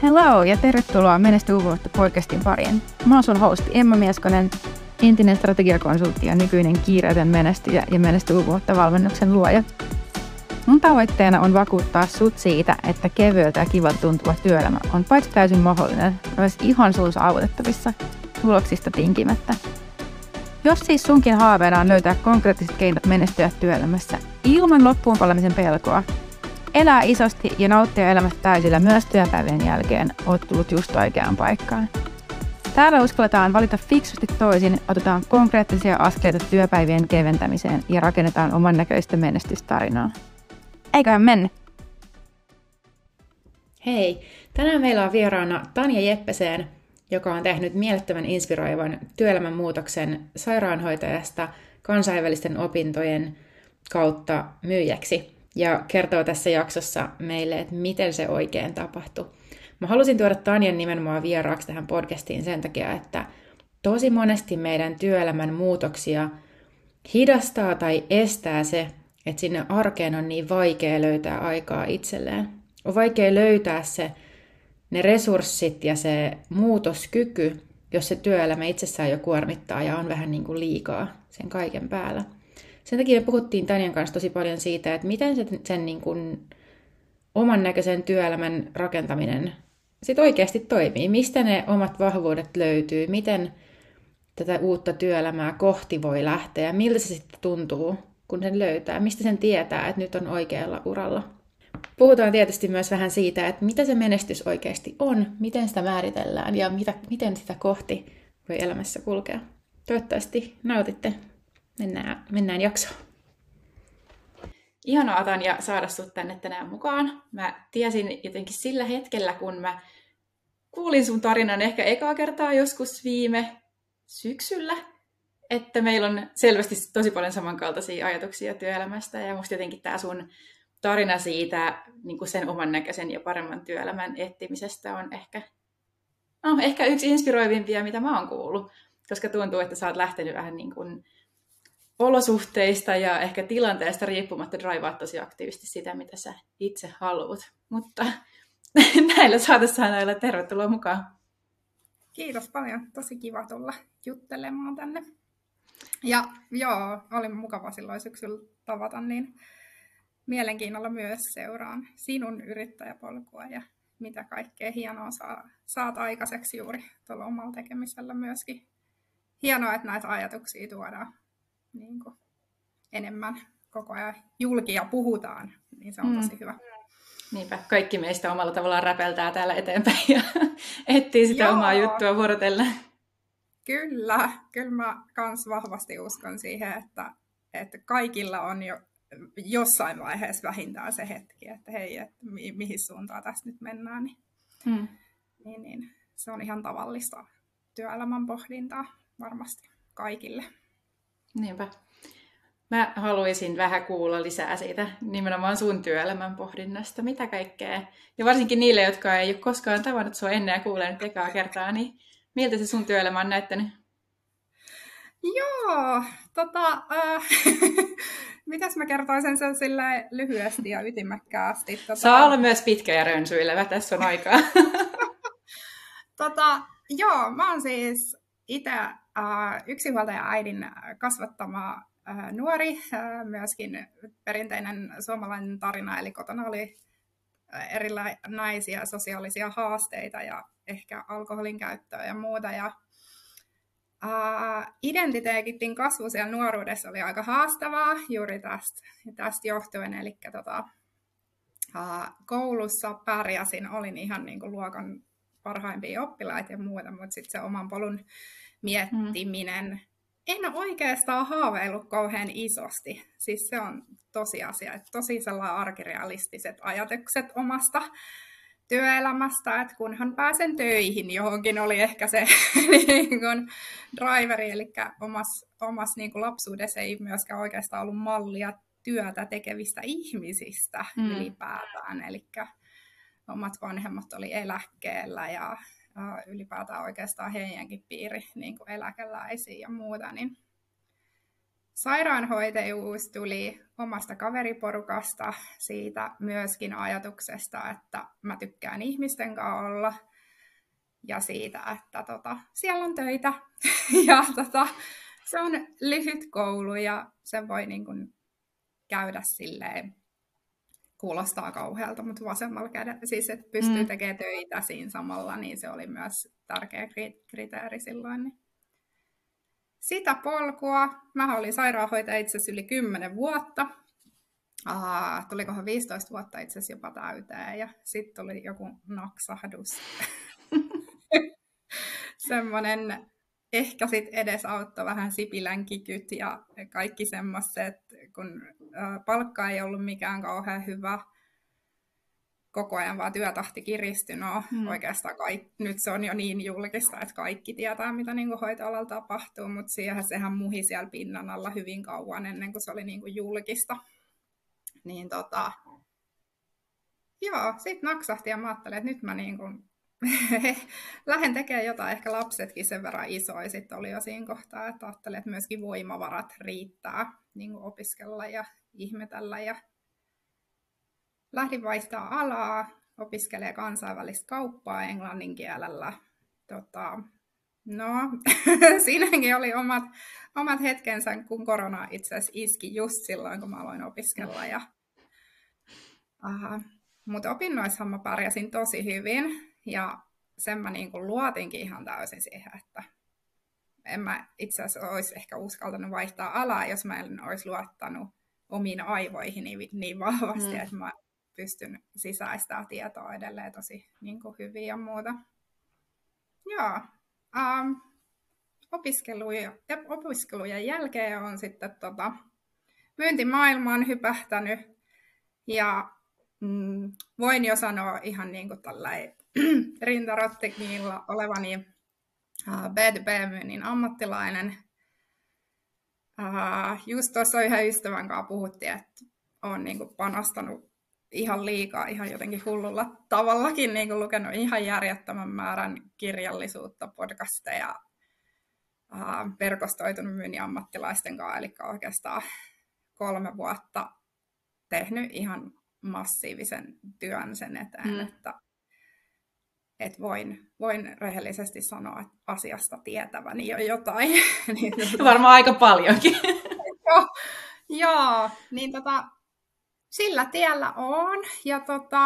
Hello ja tervetuloa Menesty uuvuutta podcastin pariin. Mä oon sun hosti Emma Mieskonen, entinen strategiakonsultti ja nykyinen kiireetön menestyjä ja Menesty uuvuutta valmennuksen luoja. Mun tavoitteena on vakuuttaa sut siitä, että kevyeltä ja kivalta tuntuva työelämä on paitsi täysin mahdollinen, myös ihan sun saavutettavissa tuloksista tinkimättä. Jos siis sunkin haaveena on löytää konkreettiset keinot menestyä työelämässä ilman loppuun palamisen pelkoa, elää isosti ja nauttia elämästä täysillä myös työpäivien jälkeen, oot tullut just oikeaan paikkaan. Täällä uskalletaan valita fiksusti toisin, otetaan konkreettisia askeleita työpäivien keventämiseen ja rakennetaan oman näköistä menestystarinaa. Eiköhän mennä! Hei! Tänään meillä on vieraana Tanja Jeppeseen, joka on tehnyt mielettömän inspiroivan työelämän muutoksen sairaanhoitajasta kansainvälisten opintojen kautta myyjäksi. Ja kertoo tässä jaksossa meille, että miten se oikein tapahtui. Mä halusin tuoda Tanjan nimenomaan vieraaksi tähän podcastiin sen takia, että tosi monesti meidän työelämän muutoksia hidastaa tai estää se, että sinne arkeen on niin vaikea löytää aikaa itselleen. On vaikea löytää ne resurssit ja se muutoskyky, jos se työelämä itsessään jo kuormittaa ja on vähän niin kuin liikaa sen kaiken päällä. Sen takia me puhuttiin Tanjan kanssa tosi paljon siitä, että miten sen niin kuin oman näköisen työelämän rakentaminen sit oikeasti toimii. Mistä ne omat vahvuudet löytyy, miten tätä uutta työelämää kohti voi lähteä, miltä se sitten tuntuu, kun sen löytää, mistä sen tietää, että nyt on oikealla uralla. Puhutaan tietysti myös vähän siitä, että mitä se menestys oikeasti on, miten sitä määritellään ja miten sitä kohti voi elämässä kulkea. Toivottavasti nautitte. Mennään jaksoon. Ihanaa, Tanja, saada sut tänne tänään mukaan. Mä tiesin jotenkin sillä hetkellä, kun mä kuulin sun tarinan ehkä ekaa kertaa joskus viime syksyllä, että meillä on selvästi tosi paljon samankaltaisia ajatuksia työelämästä. Ja musta jotenkin tää sun tarina siitä niin kuin sen oman näköisen ja paremman työelämän etsimisestä on ehkä yksi inspiroivimpia, mitä mä oon kuullut. Koska tuntuu, että sä oot lähtenyt vähän niin kuin olosuhteista ja ehkä tilanteesta riippumatta draivaa tosi aktiivisesti sitä, mitä sä itse haluat. Mutta näillä saatesanoilla tervetuloa mukaan. Kiitos paljon. Tosi kiva tulla juttelemaan tänne. Ja joo, oli mukava silloin syksyllä tavata, niin mielenkiinnolla myös seuraan sinun yrittäjäpolkua ja mitä kaikkea hienoa saat aikaiseksi juuri tuolla omalla tekemisellä myöskin. Hienoa, että näitä ajatuksia tuodaan niin kuin enemmän koko ajan julki ja puhutaan, niin se on tosi hyvä. Niinpä, kaikki meistä omalla tavallaan räpeltää täällä eteenpäin ja etsii sitä omaa juttua vuorotellen. Kyllä mä kans vahvasti uskon siihen, että kaikilla on jo jossain vaiheessa vähintään se hetki, että hei, että mihin suuntaan tässä nyt mennään. Niin, se on ihan tavallista työelämän pohdintaa varmasti kaikille. Niinpä. Mä haluaisin vähän kuulla lisää siitä nimenomaan sun työelämän pohdinnasta. Mitä kaikkea? Ja varsinkin niille, jotka ei ole koskaan tavannut sua ennen ja kuulee nyt ekaa kertaa, niin miltä se sun työelämä on näyttänyt? Joo, mitäs mä kertoisin sen silleen lyhyesti ja ytimekkäästi? Saa olla myös pitkä ja rönsyilevä, tässä on aikaa. Joo, mä oon siis itse yksinhuoltaja äidin kasvattama nuori, myöskin perinteinen suomalainen tarina, eli kotona oli erilaisia sosiaalisia haasteita ja ehkä alkoholin käyttöä ja muuta. Ja identiteetin kasvu siellä nuoruudessa oli aika haastavaa juuri tästä johtuen, eli koulussa pärjäsin, olin ihan niin kuin luokan parhaimpia oppilaita ja muuta, mutta sitten se oman polun miettiminen, en ole oikeastaan haaveillut kauhean isosti. Siis se on tosiasia, että tosi sellainen arkirealistiset ajatukset omasta työelämästä, että kunhan pääsen töihin johonkin oli ehkä se niin kuin driveri, eli omassa niin kuin lapsuudessa ei myöskään oikeastaan ollut mallia työtä tekevistä ihmisistä ylipäätään, eli omat vanhemmat oli eläkkeellä ja ylipäätään oikeastaan heidänkin piiri niin kuin eläkeläisiä ja muuta, niin sairaanhoitajuus tuli omasta kaveriporukasta, siitä myöskin ajatuksesta, että mä tykkään ihmisten kanssa olla, ja siitä, että siellä on töitä, ja se on lyhyt koulu, ja se voi niin kuin käydä silleen, kuulostaa kauhealta, mutta vasemmalla kädellä, siis että pystyy tekemään töitä siinä samalla, niin se oli myös tärkeä kriteeri silloin. Niin. Sitä polkua, mä olin sairaanhoitaja itse asiassa yli 10 vuotta, tulikohan 15 vuotta itse asiassa jopa täyteen, ja sitten tuli joku naksahdus. Semmoinen ehkä sitten edesauttoi vähän Sipilän kikyt ja kaikki semmoiset, kun palkka ei ollut mikään kauhean hyvä, koko ajan vaan työtahti kiristyi. No oikeastaan nyt se on jo niin julkista, että kaikki tietää, mitä niin kuin hoitoalalla tapahtuu, mutta sehän muhi siellä pinnan alla hyvin kauan ennen kuin se oli niin kuin julkista. Niin joo, sitten naksahti ja mä ajattelin, että nyt mä niin kuin lähden tekemään jotain, ehkä lapsetkin sen verran isoja. Sitten oli jo siinä kohtaa, että ajattelin, että myöskin voimavarat riittää niin kuin opiskella ja ihmetellä. Ja lähdin vaihtaa alaa, opiskelee kansainvälistä kauppaa englannin kielellä. No, siinäkin oli omat hetkensä, kun korona itse asiassa iski just silloin, kun mä aloin opiskella. Mutta opinnoissahan mä pärjäsin tosi hyvin. Ja sen mä niin kuin luotinkin ihan täysin siihen, että en mä itse asiassa olisi ehkä uskaltanut vaihtaa alaa, jos mä en olisi luottanut omiin aivoihin niin vahvasti, että mä pystyn sisäistämään tietoa edelleen tosi niin kuin hyvin ja muuta. Joo. Opiskelujen jälkeen on sitten myyntimaailmaan hypähtänyt ja voin jo sanoa ihan niin kuin tällainen rintarottekniilla olevani B2B-myynnin ammattilainen. Just tuossa yhden ystävän kanssa puhuttiin, että olen niin kuin panostanut ihan liikaa, ihan jotenkin hullulla tavallakin, niin kuin lukenut ihan järjettömän määrän kirjallisuutta, podcasteja, verkostoitunut myynnin ammattilaisten kanssa, eli oikeastaan 3 vuotta tehnyt ihan massiivisen työn sen eteen, että voin rehellisesti sanoa, että asiasta tietäväni jo jotain. Varmaan aika paljonkin. Joo, niin sillä tiellä on. Ja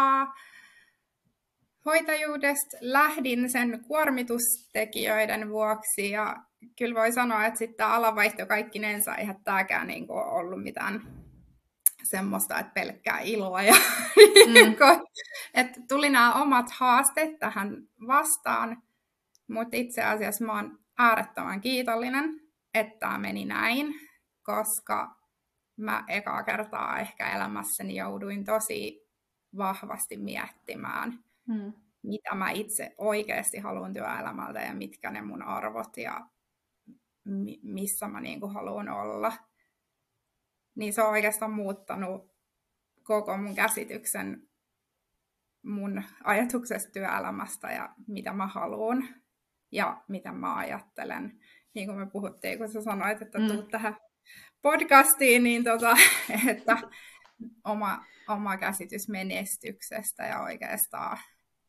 hoitajuudesta lähdin sen kuormitustekijöiden vuoksi. Ja kyllä voi sanoa, että sitten alanvaihto kaikkinensa eihän tämäkään niinku ollut mitään semmoista, että pelkkää iloa. Ja että tuli nämä omat haasteet tähän vastaan, mutta itse asiassa mä oon äärettömän kiitollinen, että tämä meni näin, koska mä ekaa kertaa ehkä elämässäni jouduin tosi vahvasti miettimään, mitä mä itse oikeasti haluan työelämältä ja mitkä ne mun arvot ja missä mä niinku haluan olla. Niin se on oikeastaan muuttanut koko mun käsityksen mun ajatuksesta työelämästä ja mitä mä haluan ja mitä mä ajattelen. Niin kuin me puhuttiin, kun sä sanoit, että tuut tähän podcastiin, niin että oma käsitys menestyksestä ja oikeastaan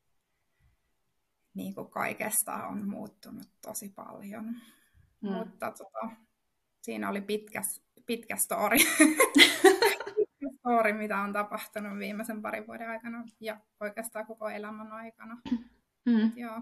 niin kuin kaikesta on muuttunut tosi paljon. Mutta siinä oli pitkä story. story, mitä on tapahtunut viimeisen 2 vuoden aikana ja oikeastaan koko elämän aikana. Joo.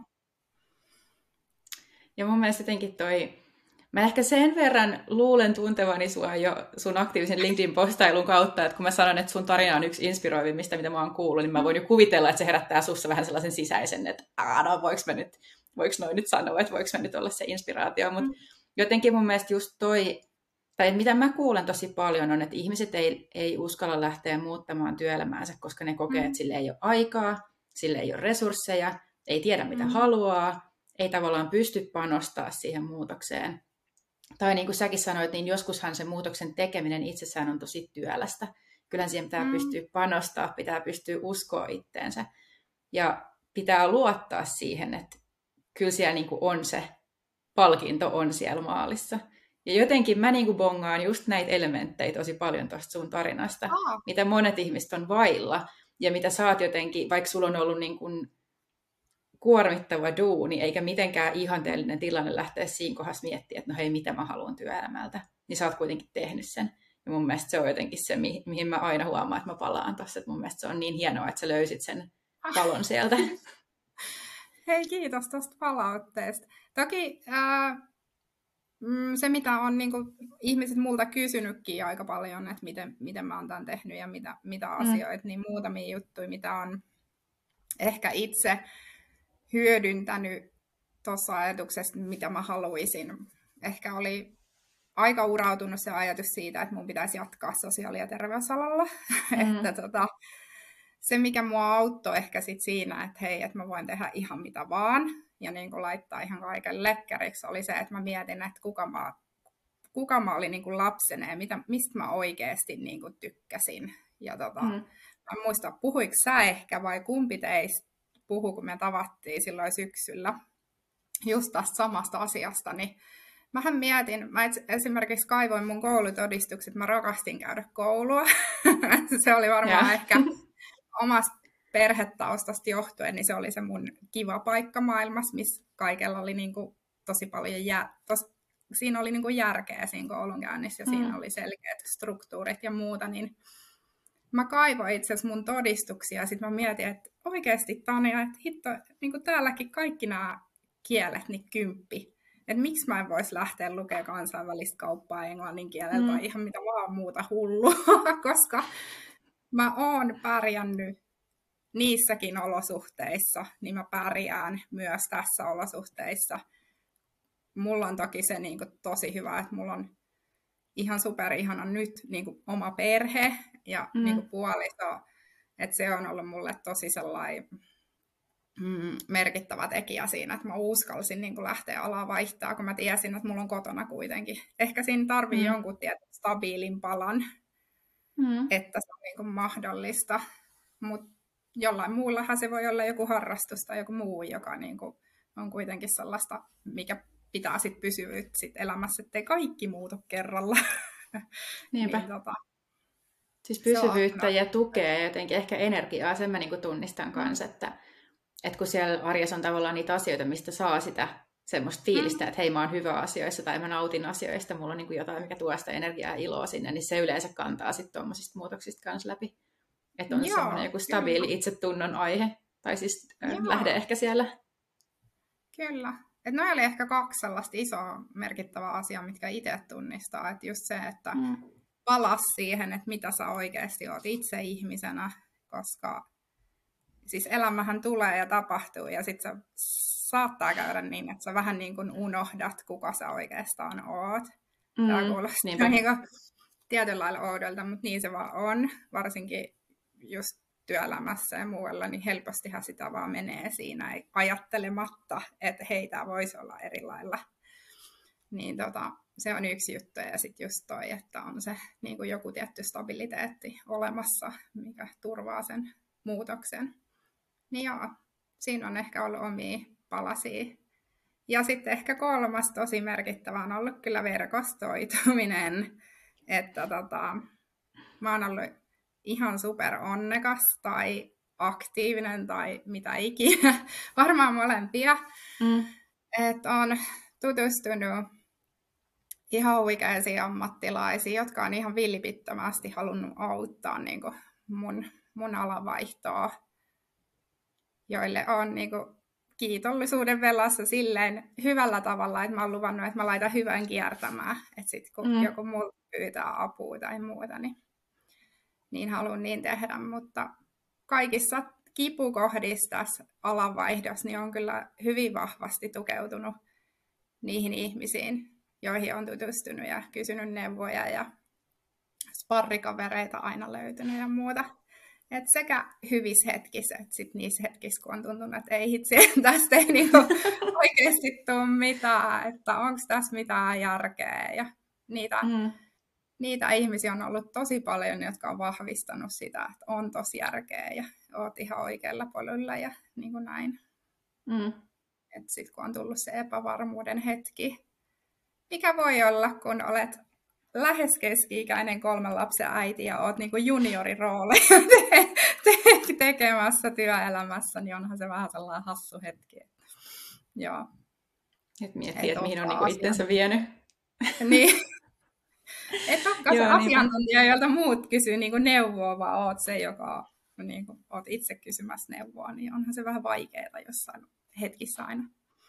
Ja mun mielestä jotenkin mä ehkä sen verran luulen tuntevani sua jo sun aktiivisen LinkedIn-postailun kautta, että kun mä sanon, että sun tarina on yksi inspiroivimmista, mitä mä oon kuullut, niin mä voin jo kuvitella, että se herättää sussa vähän sellaisen sisäisen, että voiko noin nyt sanoa, että voiko mä nyt olla se inspiraatio, mutta jotenkin mun mielestä just tai mitä mä kuulen tosi paljon on, että ihmiset ei uskalla lähteä muuttamaan työelämäänsä, koska ne kokee, että sille ei ole aikaa, sille ei ole resursseja, ei tiedä mitä haluaa, ei tavallaan pysty panostaa siihen muutokseen. Tai niin kuin säkin sanoit, niin joskushan se muutoksen tekeminen itsessään on tosi työlästä. Kyllähän siihen pitää pystyä panostaa, pitää pystyä uskoa itteensä. Ja pitää luottaa siihen, että kyllä siellä niin kuin on se palkinto on siellä maalissa. Ja jotenkin mä niinku bongaan just näitä elementtejä tosi paljon tuosta sun tarinasta, mitä monet ihmiset on vailla. Ja mitä sä oot jotenkin, vaikka sulla on ollut niin kuin kuormittava duuni, eikä mitenkään ihanteellinen tilanne lähteä siinä kohdassa miettimään, että no hei, mitä mä haluan työelämältä, niin sä oot kuitenkin tehnyt sen. Ja mun mielestä se on jotenkin se, mihin mä aina huomaan, että mä palaan tossa. Että mun mielestä se on niin hienoa, että sä löysit sen palon sieltä. Hei, kiitos tuosta palautteesta. Toki se, mitä on niin kuin, ihmiset multa kysynytkin aika paljon, että miten mä oon tämän tehnyt ja mitä asioita, niin muutamia juttuja, mitä on ehkä itse hyödyntänyt tuossa ajatuksessa, mitä mä haluaisin. Ehkä oli aika urautunut se ajatus siitä, että mun pitäisi jatkaa sosiaali- ja terveysalalla. Että se, mikä mua auttoi ehkä sit siinä, että hei, että mä voin tehdä ihan mitä vaan ja niin kuin laittaa ihan kaiken lekkäriksi, oli se, että mä mietin, että kuka mä olin niin kuin lapsena ja mistä mä oikeasti niin kuin tykkäsin. Ja mä en muista, puhuiko sä ehkä vai kumpi teistä puhui, kun me tavattiin silloin syksyllä just tästä samasta asiasta, niin mähän mietin, mä esimerkiksi kaivoin mun koulutodistukset, mä rakastin käydä koulua. Se oli varmaan ehkä omasta perhetaustasta johtuen, niin se oli se mun kiva paikka maailmassa, missä kaikella oli niinku tosi paljon siinä oli niinku järkeä siinä koulunkäynnissä ja siinä oli selkeät struktuurit ja muuta, niin mä kaivoin itse asiassa mun todistuksia ja sitten mä mietin, että oikeasti Tanja, että hitto, niinku täälläkin kaikki nämä kielet, niin 10. Että miksi mä en voisi lähteä lukemaan kansainvälistä kauppaa englannin kielellä tai ihan mitä vaan muuta hullua, koska mä oon pärjännyt niissäkin olosuhteissa, niin mä pärjään myös tässä olosuhteissa. Mulla on toki se niin kuin tosi hyvä, että mulla on ihan superihana nyt niin kuin oma perhe ja niin kuin puoliso, että se on ollut mulle tosi sellainen merkittävä tekijä siinä, että mä uskalsin niin kuin lähteä alaa vaihtaa, kun mä tiesin, että mulla on kotona kuitenkin. Ehkä siinä tarvii jonkun tietyn stabiilin palan, että se on niin kuin mahdollista, mutta jollain muullahan se voi olla joku harrastus tai joku muu, joka niin kuin on kuitenkin sellaista, mikä pitää sit pysyvyyttä sit elämässä, ettei kaikki muutu kerralla. Niinpä. Siis pysyvyyttä ja tukea ja jotenkin ehkä energiaa, sen mä niin tunnistan kanssa, että kun siellä arjessa on tavallaan niitä asioita, mistä saa sitä semmoista fiilistä, että hei, mä oon hyvä asioissa tai mä nautin asioista, mulla on niin jotain, mikä tuo sitä energiaa ja iloa sinne, niin se yleensä kantaa sitten tuommoisista muutoksista kanssa läpi. Että on semmoinen joku stabiili itsetunnon aihe, tai siis lähde ehkä siellä. Kyllä. Että noi oli ehkä 2 sellaista isoa merkittävää asiaa, mitkä itse tunnistaa. Että just se, että palas siihen, että mitä sä oikeasti oot itse ihmisenä, koska siis elämähän tulee ja tapahtuu, ja sitten se saattaa käydä niin, että sä vähän niin kuin unohdat, kuka sä oikeastaan oot. Tämä kuulostaa niin kuin tietyllä lailla oudolta, mutta niin se vaan on, varsinkin just työelämässä ja muualla, niin helpostihan sitä vaan menee siinä ajattelematta, että hei, tämä voisi olla eri lailla. Niin se on yksi juttu, ja sitten just toi, että on se niin kuin joku tietty stabiliteetti olemassa, mikä turvaa sen muutoksen. Niin joo, siinä on ehkä ollut omia palasia. Ja sitten ehkä 3. tosi merkittävä on ollut kyllä verkostoituminen, että mä oon ollut ihan super onnekas tai aktiivinen tai mitä ikinä, varmaan molempia, että on tutustunut ihan huikeisiin ammattilaisiin, jotka on ihan vilpittömästi halunnut auttaa niin kuin mun alanvaihtoa, joille on niin kuin kiitollisuuden velassa silleen hyvällä tavalla, että mä oon luvannut, että mä laitan hyvän kiertämään, että sit kun joku muu pyytää apua tai muuta, niin haluan niin tehdä, mutta kaikissa kipukohdissa tässä alanvaihdossa niin on kyllä hyvin vahvasti tukeutunut niihin ihmisiin, joihin on tutustunut ja kysynyt neuvoja ja sparrikavereita aina löytynyt ja muuta. Et sekä hyvissä hetkissä, että sit niissä hetkissä, kun on tuntunut, että ei hitsi, tästä ei niinku oikeasti tule mitään, että onko tässä mitään järkeä. Ja niitä ihmisiä on ollut tosi paljon, jotka on vahvistanut sitä, että on tosi järkeä ja oot ihan oikealla polulla ja niin kuin näin. Sitten kun on tullut se epävarmuuden hetki, mikä voi olla, kun olet lähes keski-ikäinen 3 lapsen äiti ja oot niin kuin juniorirooleja tekemässä työelämässä, niin onhan se vähän sellainen hassu hetki. Joo. Nyt miettii, että mihin on niin itsensä vienyt. Niin. Et olekaan se asiantuntija, jolta muut kysyy niin kuin neuvoa, vaan oot se, joka niin kuin, oot itse kysymässä neuvoa, niin onhan se vähän vaikeaa jossain hetkissä aina.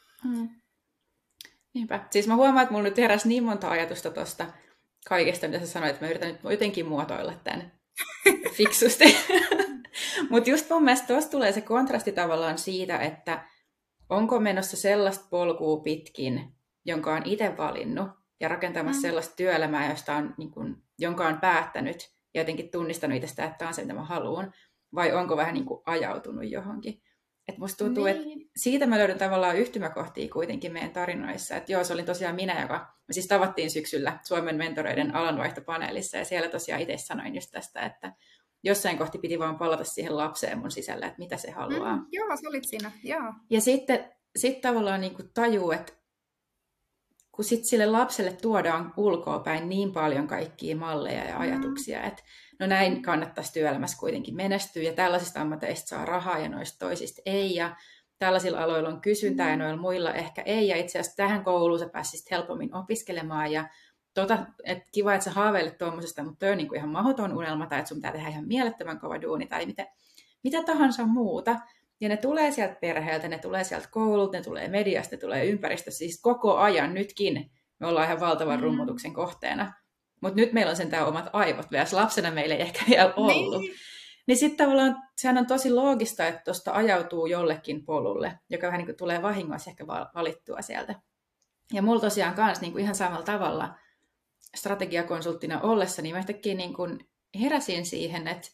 Niinpä. Siis mä huomaan, että mulla nyt heräsi niin monta ajatusta tuosta kaikesta, mitä sä sanoit, että mä yritän nyt jotenkin muotoilla tämän fiksusti. Mutta just mun mielestä tuossa tulee se kontrasti tavallaan siitä, että onko menossa sellaista polkua pitkin, jonka on itse valinnut, ja rakentamassa sellaista työelämää, josta on, niin kun, jonka on päättänyt ja jotenkin tunnistanut itsestä, että tämä on se, mitä mä haluan, vai onko vähän niin kuin ajautunut johonkin. Et musta tuntuu, että siitä mä löydän tavallaan yhtymäkohtia kuitenkin meidän tarinoissa. Että joo, se oli tosiaan minä, joka me siis tavattiin syksyllä Suomen mentoreiden alanvaihtopaneelissa, ja siellä tosiaan itse sanoin just tästä, että jossain kohti piti vaan palata siihen lapseen mun sisällä, että mitä se haluaa. Joo, sä olit siinä, joo. Ja sitten tavallaan niin kuin tajuu, että kun sit sille lapselle tuodaan ulkoapäin niin paljon kaikkia malleja ja ajatuksia, että no näin kannattaisi työelämässä kuitenkin menestyä, ja tällaisista ammateista saa rahaa ja noista toisista ei, ja tällaisilla aloilla on kysyntää ja noilla muilla ehkä ei, ja itse asiassa tähän kouluun sä pääsisit helpommin opiskelemaan, ja että kiva, että sä haaveilet tuommoisesta, mutta toi on niin kuin ihan mahdoton unelma, tai että sun pitää tehdä ihan mielettömän kova duuni, tai mitä tahansa muuta. Ja ne tulee sieltä perheeltä, ne tulee sieltä koululta, ne tulee mediasta, ne tulee ympäristöstä, siis koko ajan nytkin me ollaan ihan valtavan rummutuksen kohteena. Mutta nyt meillä on sentään omat aivot, vielä lapsena meillä ei ehkä vielä ollut. Niin sitten tavallaan sehän on tosi loogista, että tuosta ajautuu jollekin polulle, joka vähän niin kuin tulee vahingossa ehkä valittua sieltä. Ja mulla tosiaan kanssa niin kuin ihan samalla tavalla strategiakonsulttina ollessa, niin mä yhtäkkiä niin kuin heräsin siihen, että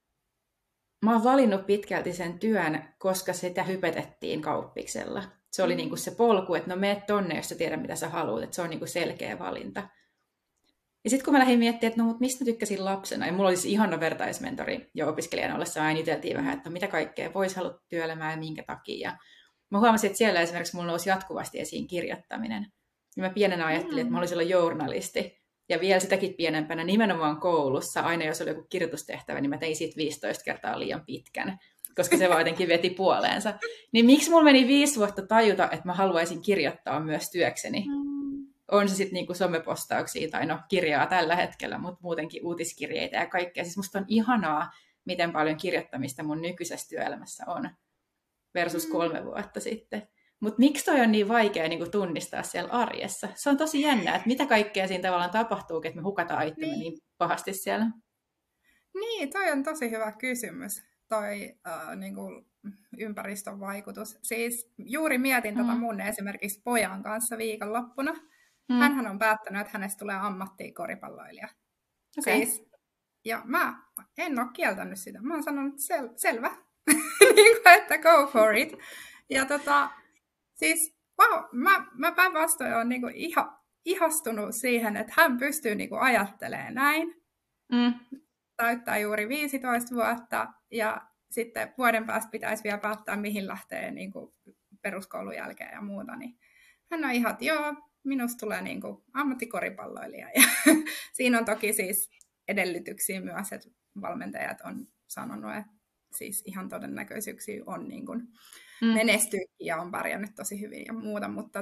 mä oon valinnut pitkälti sen työn, koska sitä hypetettiin kauppiksella. Se oli niin kuin se polku, että no mene tonne, jos sä tiedät, mitä sä haluat, että se on niin kuin selkeä valinta. Ja sitten kun mä lähdin miettimään, että no mut mistä tykkäsin lapsena, ja mulla oli siis ihana vertaismentori jo opiskelijana ollessa, aina iteltiin vähän, että mitä kaikkea voisi haluta työelämään ja minkä takia. Ja mä huomasin, että siellä esimerkiksi mulla nousi jatkuvasti esiin kirjoittaminen. Ja mä pienenä ajattelin, että mä olisin olla journalisti. Ja vielä sitäkin pienempänä nimenomaan koulussa, aina jos oli joku kirjoitustehtävä, niin mä tein siitä 15 kertaa liian pitkän, koska se vaan jotenkin veti puoleensa. Niin miksi mulla meni 5 vuotta tajuta, että mä haluaisin kirjoittaa myös työkseni? On se sitten niinku somepostauksia tai no kirjaa tällä hetkellä, mutta muutenkin uutiskirjeitä ja kaikkea. Siis musta on ihanaa, miten paljon kirjoittamista mun nykyisessä työelämässä on versus 3 vuotta sitten. Mutta miksi toi on niin vaikea niin tunnistaa siellä arjessa? Se on tosi jännä, että mitä kaikkea siinä tavallaan tapahtuu, että me hukataan itsemme niin pahasti siellä. Niin, toi on tosi hyvä kysymys, toi niin kuin ympäristön vaikutus. Siis juuri mietin tätä mun esimerkiksi pojan kanssa viikonloppuna. Hänhän on päättänyt, että hänestä tulee ammattikoripalloilija. Okay. Siis, ja mä en ole kieltänyt sitä. Mä oon sanonut, että selvä, niin kuin, että go for it. Ja siis mä päinvastoin olen niinku ihastunut siihen, että hän pystyy niinku ajattelemaan näin. Täyttää juuri 15 vuotta ja sitten vuoden päästä pitäisi vielä päättää, mihin lähtee niinku peruskoulun jälkeen ja muuta. Niin hän on ihan, että joo, minusta tulee niinku ammattikoripalloilija. Ja siinä on toki siis edellytyksiä myös, että valmentajat on sanonut, että siis ihan todennäköisyyksiä on niin kuin menestyy ja on pärjännyt tosi hyvin ja muuta, mutta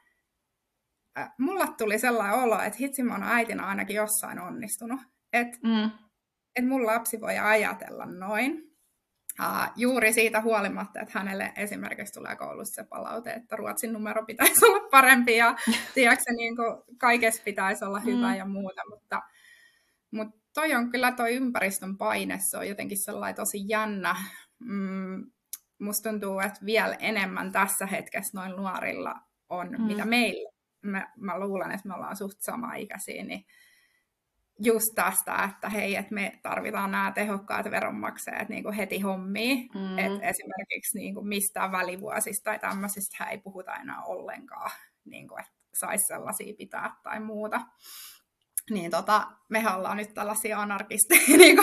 mulla tuli sellainen olo, että hitsi mä oon äitinä ainakin jossain onnistunut, että mun lapsi voi ajatella noin. Juuri siitä huolimatta, että hänelle esimerkiksi tulee koulussa se palaute, että ruotsin numero pitäisi olla parempi ja tiedätkö, niin kuin kaikessa pitäisi olla hyvä ja muuta, mutta toi on kyllä toi ympäristön paine, se on jotenkin sellainen tosi jännä. Musta tuntuu, että vielä enemmän tässä hetkessä noin nuorilla on, mitä meillä. Mä luulen, että me ollaan suht sama-ikäisiä, niin just tästä, että hei, että me tarvitaan nämä tehokkaat veronmaksajat niin kuin heti hommiin. Että esimerkiksi niin kuin mistään välivuosista tai tämmöisistä ei puhuta enää ollenkaan, niin kuin, että saisi sellaisia pitää tai muuta. Niin mehän ollaan nyt tällaisia anarkisteja, niin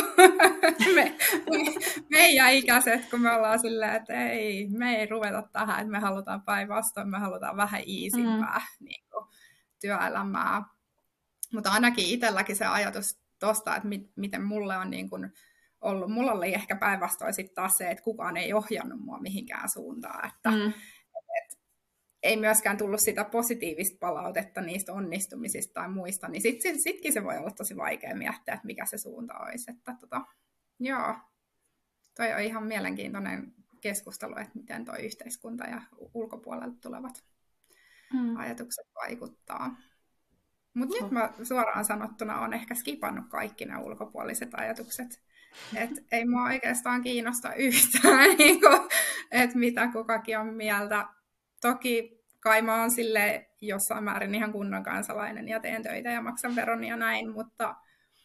meidän ikäiset, kun me ollaan silleen, että me ei ruveta tähän, että me halutaan päinvastoin, me halutaan vähän iisimpää niin työelämää. Mutta ainakin itselläkin se ajatus tuosta, että miten mulle on niin kuin ollut. Mulla oli ehkä päinvastoin sitten taas se, että kukaan ei ohjannut mua mihinkään suuntaan. Että ei myöskään tullut sitä positiivista palautetta niistä onnistumisista tai muista, niin sittenkin se voi olla tosi vaikea miettiä, että mikä se suunta olisi. Että joo, toi on ihan mielenkiintoinen keskustelu, että miten toi yhteiskunta ja ulkopuolelta tulevat ajatukset vaikuttaa. Mutta nyt mä suoraan sanottuna olen ehkä skipannut kaikki nämä ulkopuoliset ajatukset. Että ei mua oikeastaan kiinnosta yhtään, että mitä kukakin on mieltä. Toki kai mä oon silleen jossain määrin ihan kunnon kansalainen ja teen töitä ja maksan veron ja näin, mutta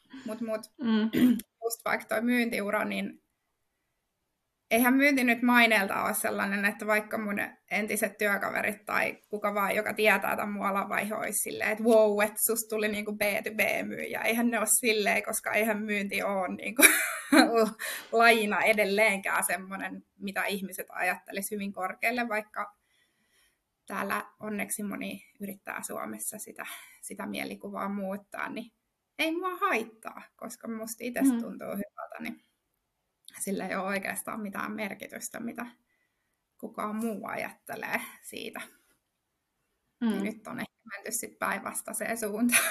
just vaikka toi myyntiura, niin eihän myynti nyt maineelta ole sellainen, että vaikka mun entiset työkaverit tai kuka vaan, joka tietää tämän mun alanvaihon, olisi silleen, että wow, että susta tuli niinku B2B-myyjä. Eihän ne ole silleen, koska eihän myynti ole niinku lajina edelleenkään semmoinen, mitä ihmiset ajattelisi hyvin korkealle, vaikka täällä onneksi moni yrittää Suomessa sitä mielikuvaa muuttaa, niin ei mua haittaa, koska musta itse tuntuu hyvältä, niin sillä ei ole oikeastaan mitään merkitystä, mitä kukaan muu ajattelee siitä. Niin nyt on ehkä menty sitten päinvastaiseen suuntaan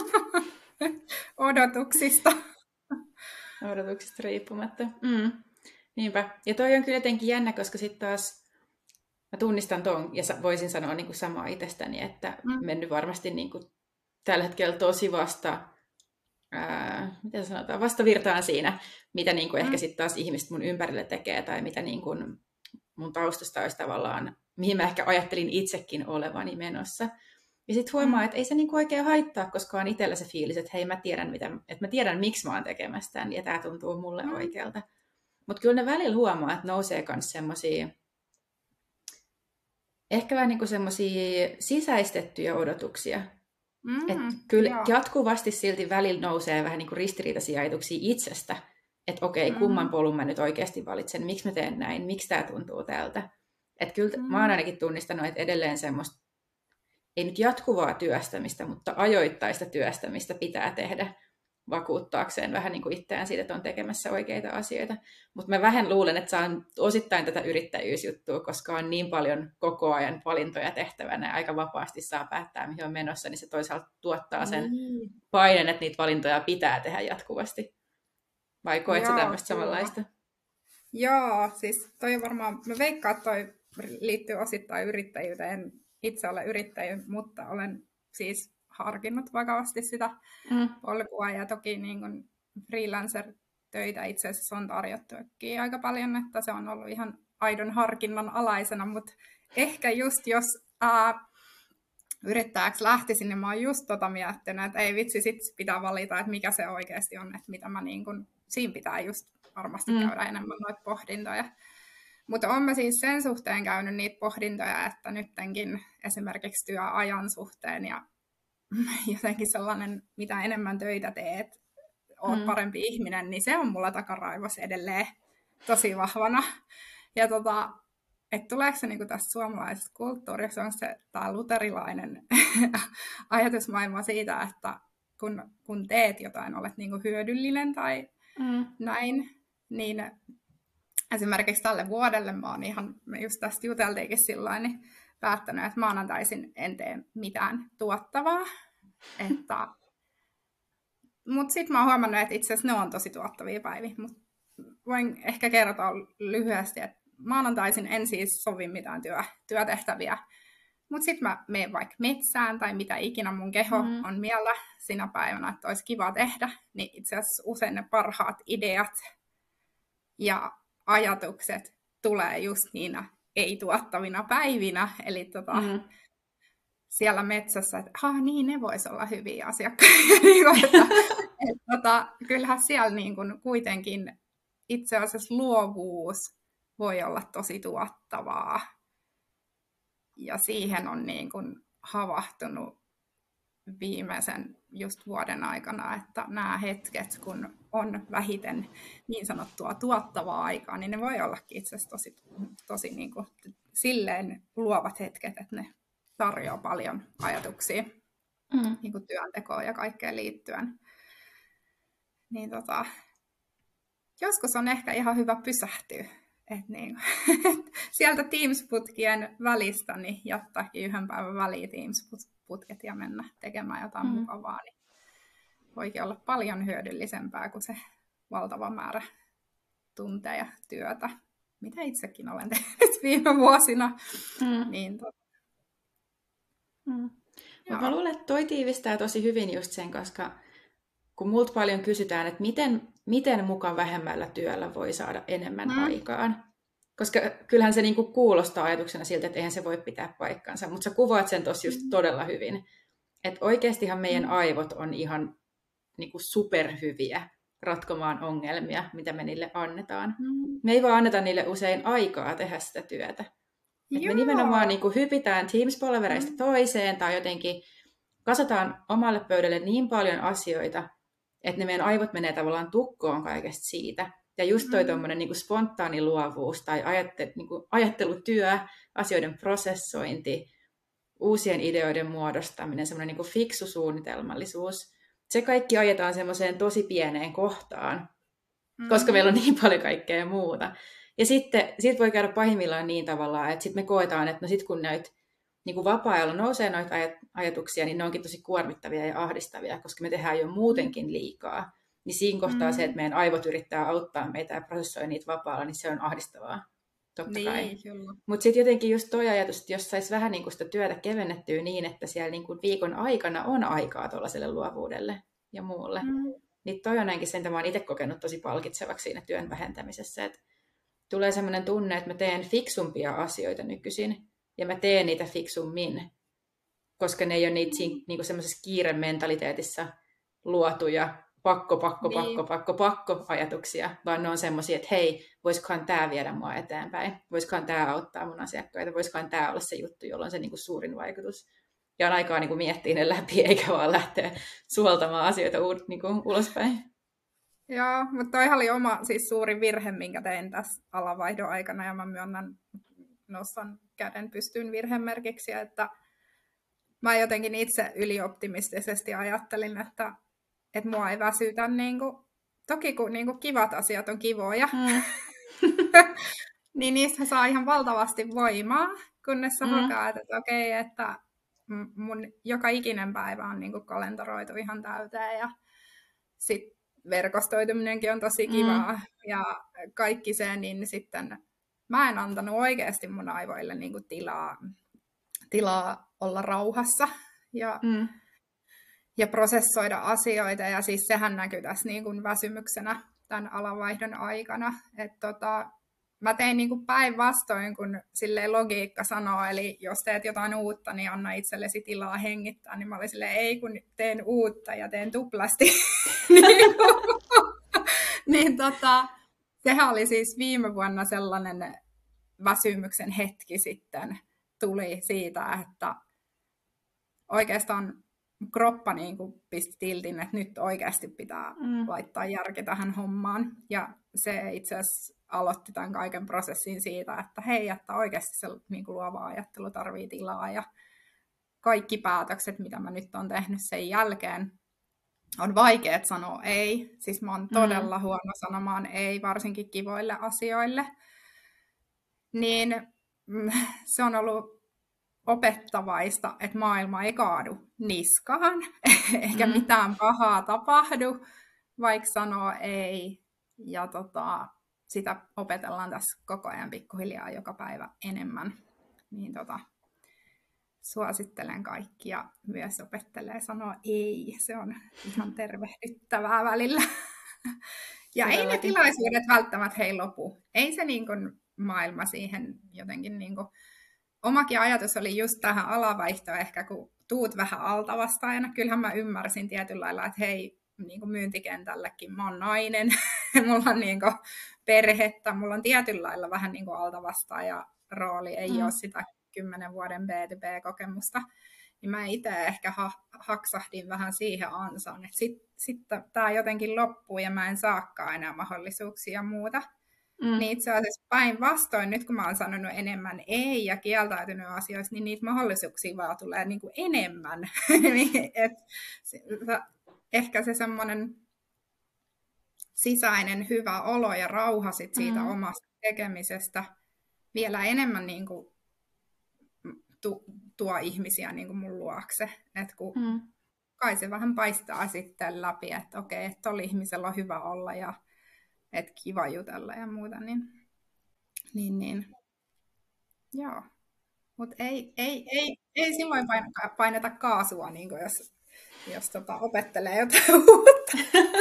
odotuksista. Odotuksista riippumatta. Niinpä. Ja toi on kyllä jotenkin jännä, koska sitten taas mä tunnistan ton ja voisin sanoa niin kuin samaa itsestäni, että mennyt varmasti niin kuin tällä hetkellä tosi miten sanotaan, vastavirtaan siinä, mitä niin kuin ehkä sitten taas ihmiset mun ympärille tekee, tai mitä niin kuin mun taustasta olisi tavallaan, mihin mä ehkä ajattelin itsekin olevani menossa. Ja sitten huomaa, että ei se niin kuin oikein haittaa, koska on itsellä se fiilis, että hei, mä tiedän, miksi mä oon tekemässä tämän, ja tää tuntuu mulle oikealta. Mutta kyllä ne välillä huomaa, että nousee myös semmosia, ehkä vähän niin kuin semmosia sisäistettyjä odotuksia. Että kyllä jatkuvasti silti välillä nousee vähän niin kuin ristiriitaisia ajatuksia itsestä, että okei, kumman polun mä nyt oikeasti valitsen, miksi mä teen näin, miksi tämä tuntuu tältä. Että kyllä mä oon ainakin tunnistanut, että edelleen semmoista, ei nyt jatkuvaa työstämistä, mutta ajoittaista työstämistä pitää tehdä vakuuttaakseen vähän niin kuin itseään siitä, että on tekemässä oikeita asioita. Mutta mä vähän luulen, että saan osittain tätä yrittäjyysjuttua, koska on niin paljon koko ajan valintoja tehtävänä ja aika vapaasti saa päättää, mihin on menossa, niin se toisaalta tuottaa sen painen, että niitä valintoja pitää tehdä jatkuvasti. Vai koet sä tämmöistä samanlaista? Joo, siis toi on varmaan, mä veikkaan, että toi liittyy osittain yrittäjyyteen. Itse olen yrittäjä, mutta olen siis harkinnut vakavasti sitä polkua, ja toki niin kun freelancer-töitä itse asiassa on tarjottukin aika paljon, että se on ollut ihan aidon harkinnan alaisena, mutta ehkä just jos yrittäjäksi lähtisin, niin mä oon just miettinyt, että ei vitsi, sit pitää valita, että mikä se oikeasti on, että mitä mä niin kun, siinä pitää just varmasti käydä enemmän noita pohdintoja. Mutta olen mä siis sen suhteen käynyt niitä pohdintoja, että nyttenkin esimerkiksi työajan suhteen ja jotenkin sellainen, mitä enemmän töitä teet, oot parempi ihminen, niin se on mulla takaraivossa edelleen tosi vahvana. Ja että tuleeko se niinku tästä suomalaisesta kulttuurista, on se tää luterilainen ajatusmaailma siitä, että kun teet jotain, olet niinku hyödyllinen tai näin, niin esimerkiksi tälle vuodelle me just tästä juteltiinkin silloin, niin päättänyt, että maanantaisin en tee mitään tuottavaa. Mutta sitten mä oon huomannut, että itse asiassa ne on tosi tuottavia päiviä. Mut voin ehkä kertoa lyhyesti, että maanantaisin en siis sovi mitään työtehtäviä. Mutta sitten mä menen vaikka metsään tai mitä ikinä mun keho on mieltä sinä päivänä, että olisi kiva tehdä. Niin itse asiassa usein ne parhaat ideat ja ajatukset tulee just niinä ei-tuottavina päivinä. Eli siellä metsässä, että niin, ne vois olla hyviä asiakkaita. Kyllähän siellä niin kuin kuitenkin itse asiassa luovuus voi olla tosi tuottavaa. Ja siihen on niin kuin havahtunut viimeisen just vuoden aikana, että nämä hetket, kun on vähiten niin sanottua tuottavaa aikaa, niin ne voi ollakin itse asiassa tosi niin kuin silleen luovat hetket, että ne tarjoaa paljon ajatuksia. niin kuin työntekoon ja kaikkeen liittyen. Niin joskus on ehkä ihan hyvä pysähtyä. Sieltä Teams-putkien välistä niin jättääkin yhden päivän väliin Teams-putket ja mennä tekemään jotain mukavaa. Niin voikin olla paljon hyödyllisempää kuin se valtava määrä tunteja työtä, mitä itsekin olen tehnyt viime vuosina. Niin, mä luulen, että toi tiivistää tosi hyvin just sen, koska kun multa paljon kysytään, että miten mukaan vähemmällä työllä voi saada enemmän aikaan. Koska kyllähän se niinku kuulostaa ajatuksena siltä, että eihän se voi pitää paikkansa, mutta sä kuvaat sen tossa just todella hyvin. Että oikeastihan meidän aivot on ihan niinku superhyviä ratkomaan ongelmia, mitä me niille annetaan. Me ei vaan anneta niille usein aikaa tehdä sitä työtä. Et me nimenomaan niinku hypitään Teams-palavereista toiseen tai jotenkin kasataan omalle pöydälle niin paljon asioita, että ne meidän aivot menee tavallaan tukkoon kaikesta siitä. Ja just toi tuommoinen niinku spontaani luovuus tai ajattelutyö, asioiden prosessointi, uusien ideoiden muodostaminen, semmoinen niinku fiksu suunnitelmallisuus, se kaikki ajetaan semmoiseen tosi pieneen kohtaan, koska meillä on niin paljon kaikkea muuta. Ja sitten voi käydä pahimmillaan niin tavallaan, että sitten me koetaan, että no sit kun näitä niin vapaa-ajalla nousee noita ajatuksia, niin ne onkin tosi kuormittavia ja ahdistavia, koska me tehdään jo muutenkin liikaa. Niin siinä kohtaa se, että meidän aivot yrittää auttaa meitä ja prosessoi niitä vapaalla, niin se on ahdistavaa. Totta kai. Mutta sitten jotenkin just toi ajatus, että jos saisi vähän niin kuin sitä työtä kevennettyä niin, että siellä niin kuin viikon aikana on aikaa tuollaiselle luovuudelle ja muulle. Niin toi on ainakin sen, että mä oon itse kokenut tosi palkitsevaksi siinä työn vähentämisessä. Että tulee sellainen tunne, että mä teen fiksumpia asioita nykyisin ja mä teen niitä fiksummin, koska ne ei ole niitä niin semmoisessa kiirementaliteetissa luotuja pakko ajatuksia, vaan ne on semmoisia, että hei, voisikohan tämä viedä mua eteenpäin, voisikohan tämä auttaa mun asiakkaita, voisikohan tämä olla se juttu, jolla on se niin kuin suurin vaikutus. Ja on aikaa niin kuin miettiä ne läpi, eikä vaan lähteä suoltamaan asioita niin kuin ulospäin. Joo, mutta toihan oli oma siis suuri virhe, minkä tein tässä alanvaihdon aikana, ja mä myönnän, nostan käden pystyyn virhemerkiksi, että mä jotenkin itse ylioptimistisesti ajattelin, että mua ei väsytä, toki kun kivat asiat on kivoja, niin niistä saa ihan valtavasti voimaa, kunnes sä hakaat, että okei, että mun joka ikinen päivä on kalentoroitu ihan täyteen, ja sitten verkostoituminenkin on tosi kivaa, ja kaikki se, niin sitten mä en antanut oikeasti mun aivoille tilaa olla rauhassa, ja prosessoida asioita, ja siis sehän näkyy tässä väsymyksenä tämän alanvaihdon aikana. Mä tein päinvastoin, kun silleen logiikka sanoo, eli jos teet jotain uutta, niin anna itsellesi tilaa hengittää, niin mä olin silleen, ei kun teen uutta ja teen tuplasti. Sehän oli siis viime vuonna sellainen väsymyksen hetki sitten tuli siitä, että oikeastaan kroppa pisti tiltin, että nyt oikeasti pitää laittaa järki tähän hommaan. Ja se itse asiassa aloitti tämän kaiken prosessin siitä, että hei, että oikeasti se luova ajattelu tarvii tilaa. Ja kaikki päätökset, mitä mä nyt olen tehnyt sen jälkeen, on vaikea sanoa ei. Siis mä oon todella huono sanomaan ei, varsinkin kivoille asioille. Niin se on ollut opettavaista, että maailma ei kaadu niskaan, eikä mitään pahaa tapahdu, vaikka sanoo ei. Ja sitä opetellaan tässä koko ajan pikkuhiljaa joka päivä enemmän. Niin suosittelen kaikkia myös opettelee sanoa ei. Se on ihan tervehdyttävää välillä. Ja ei ne tilaisuudet välttämättä lopu. Ei se maailma siihen jotenkin omakin ajatus oli just tähän alavaihtoon ehkä, kun tuut vähän altavastaajana. Kyllähän mä ymmärsin tietyllä lailla, että hei, myyntikentällekin mä oon nainen, mulla on perhettä, mulla on tietyllä lailla vähän altavastaaja rooli, ei ole sitä 10 vuoden B2B-kokemusta. Niin mä itse ehkä haksahdin vähän siihen ansaan, että sitten tämä jotenkin loppuu ja mä en saakaan enää mahdollisuuksia ja muuta. Niin itse asiassa päinvastoin, nyt kun mä oon sanonut enemmän ei ja kieltäytynyt asioista, niin niitä mahdollisuuksia vaan tulee niin kuin enemmän. Ehkä se semmoinen sisäinen hyvä olo ja rauha sit siitä omasta tekemisestä vielä enemmän niin kuin tuo ihmisiä niin kuin mun luokse. Et kun kai se vähän paistaa sitten läpi, että okei, että tuolla ihmisellä on hyvä olla ja että kiva jutella ja muuta. Niin. Joo. Mutta ei silloin paineta kaasua, niin jos opettelee jotain uutta.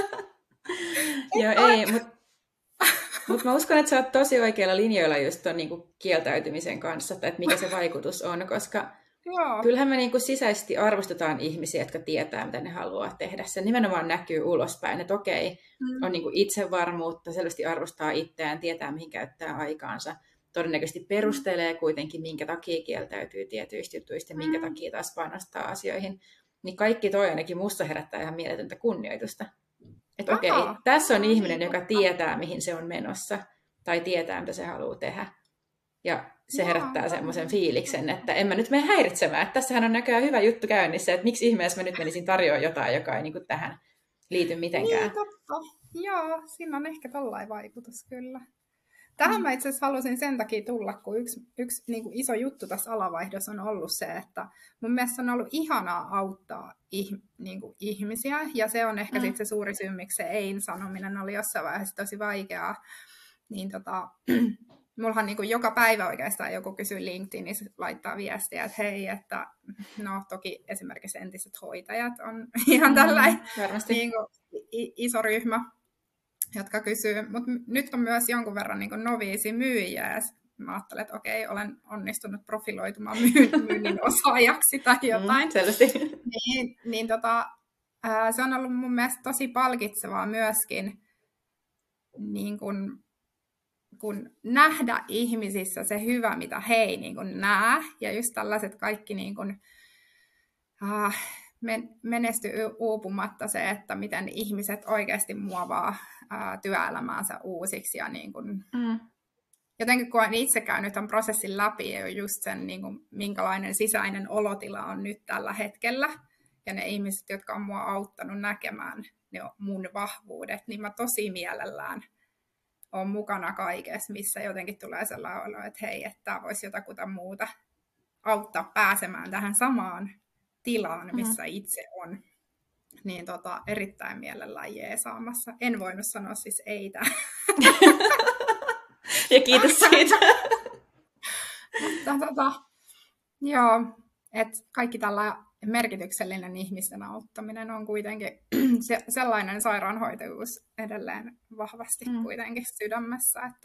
Joo, ei, mutta mä uskon, että sä oot tosi oikeilla linjoilla just ton niinku kieltäytymisen kanssa, että mikä se vaikutus on, koska kyllähän me niinku sisäisesti arvostetaan ihmisiä, jotka tietää, mitä ne haluaa tehdä. Se nimenomaan näkyy ulospäin, että okei, on niinku itsevarmuutta, selvästi arvostaa itseään, tietää, mihin käyttää aikaansa. Todennäköisesti perustelee kuitenkin, minkä takia kieltäytyy tietyistä jutuista ja minkä takia taas panostaa asioihin. Niin kaikki toi ainakin musta herättää ihan mieletöntä kunnioitusta. Että okei, tässä on ihminen, joka tietää, mihin se on menossa, tai tietää, mitä se haluaa tehdä. Ja se herättää semmoisen fiiliksen, että en mä nyt mene häiritsemään. Että tässähän on näköjään hyvä juttu käynnissä, että miksi ihmeessä mä nyt menisin tarjoamaan jotain, joka ei niin tähän liity mitenkään. Niin, totta. Joo, siinä on ehkä tollainen vaikutus kyllä. Tähän mä itse asiassa halusin sen takia tulla, kun yksi niin kuin iso juttu tässä alavaihdossa on ollut se, että mun mielestä on ollut ihanaa auttaa niin kuin ihmisiä, ja se on ehkä sitten se suuri syy, miksi se ein sanominen oli jossain vaiheessa tosi vaikeaa. Niin mullahan niin kuin joka päivä oikeastaan joku kysyy LinkedInissä, laittaa viestiä, että hei, että no toki esimerkiksi entiset hoitajat on ihan tällainen niin kuin iso ryhmä, jotka kysyy, mutta nyt on myös jonkun verran niin kuin noviisi myyjiä, ja mä ajattelen, että okei, olen onnistunut profiloitumaan myynnin osaajaksi tai jotain. Niin, se on ollut mun mielestä tosi palkitsevaa myöskin niin kun nähdä ihmisissä se hyvä, mitä he ei niin kun näe, ja just tällaiset kaikki niin kun, menesty uupumatta se, että miten ihmiset oikeasti muovaa työelämäänsä uusiksi. Ja niin kun, jotenkin kun olen itse käynyt tämän prosessin läpi, ja just sen, niin kun, minkälainen sisäinen olotila on nyt tällä hetkellä, ja ne ihmiset, jotka on mua auttanut näkemään ne mun vahvuudet, niin mä tosi mielellään olen mukana kaikessa, missä jotenkin tulee sellainen olo, että hei, että tämä voisi jotakuta muuta auttaa pääsemään tähän samaan tilaan, missä itse on. Niin erittäin mielellään jeesaamassa. En voinut sanoa siis ei tähän. Ja kiitos siitä. Joo, että kaikki tällä merkityksellinen ihmisten auttaminen on kuitenkin sellainen sairaanhoitajuus edelleen vahvasti kuitenkin sydämessä, että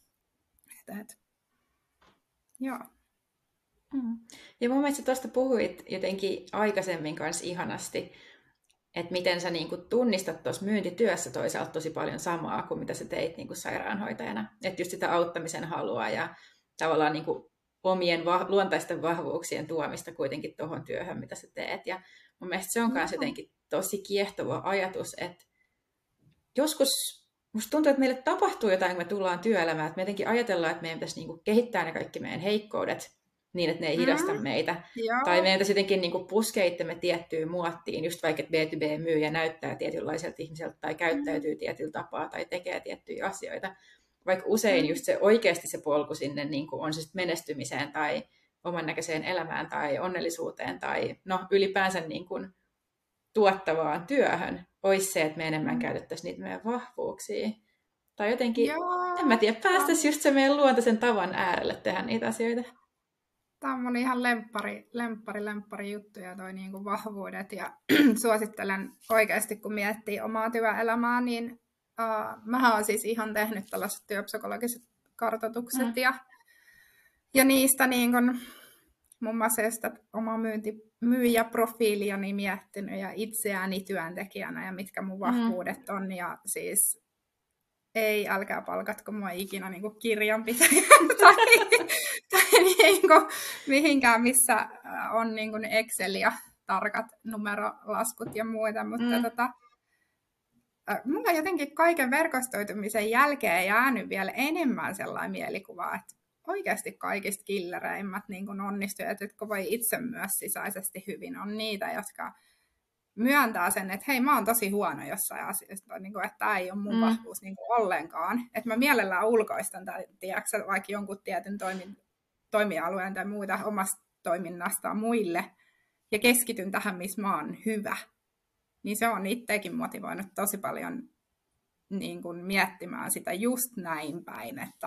joo. Ja mun mielestä tuosta puhuit jotenkin aikaisemmin kanssa ihanasti, että miten sä niin kuin tunnistat tuossa myyntityössä toisaalta tosi paljon samaa kuin mitä sä teit niin kuin sairaanhoitajana. Että just sitä auttamisen halua ja tavallaan niin kuin omien luontaisten vahvuuksien tuomista kuitenkin tuohon työhön, mitä sä teet. Ja mun mielestä se on myös jotenkin tosi kiehtova ajatus, että joskus musta tuntuu, että meille tapahtuu jotain, kun me tullaan työelämään, että me jotenkin ajatellaan, että meidän pitäisi niinku kehittää ne kaikki meidän heikkoudet niin, että ne ei hidasta meitä. Tai meidän pitäisi jotenkin niinku puskea itsemme tiettyyn muottiin, just vaikka B2B-myyjä näyttää tietynlaiselta ihmiseltä tai käyttäytyy tietyllä tapaa tai tekee tiettyjä asioita. Vaikka usein just se oikeasti se polku sinne niin kuin on se menestymiseen tai oman näköiseen elämään tai onnellisuuteen tai no ylipäänsä niin kuin tuottavaan työhön olisi se, että me enemmän käytettäisiin niitä meidän vahvuuksia. Tai jotenkin, en mä tiedä, päästäisiin just se meidän luontaisen tavan äärelle tehdä niitä asioita. Tämä on mun ihan lemppari juttuja toi niin kuin vahvuudet ja suosittelen oikeasti, kun miettii omaa työelämää, niin mähän olen siis ihan tehnyt tällaiset työpsykologiset kartoitukset ja niistä niin kun, muun muassa sitä omaa myyjäprofiiliani miettinyt ja itseäni työntekijänä ja mitkä mun vahvuudet on. Ja siis ei, älkää palkatko mua ikinä niin kuin kirjanpitäjän tai niin kuin mihinkään, missä on niin kuin Excel ja tarkat numerolaskut ja muita, mutta mulla on jotenkin kaiken verkostoitumisen jälkeen jäänyt vielä enemmän sellainen mielikuva, että oikeasti kaikista killereimmät niin onnistujat, jotka voi itse myös sisäisesti hyvin, on niitä, jotka myöntää sen, että hei, mä oon tosi huono jossain asiassa, niin kuin, että tämä ei ole mun vahvuus niin kuin ollenkaan. Että mä mielellään ulkoistan tiedätkö, vaikka jonkun tietyn toimialueen tai muuta omasta toiminnastaan muille ja keskityn tähän, missä mä oon hyvä. Niin se on itsekin motivoinut tosi paljon niin kuin miettimään sitä just näin päin, että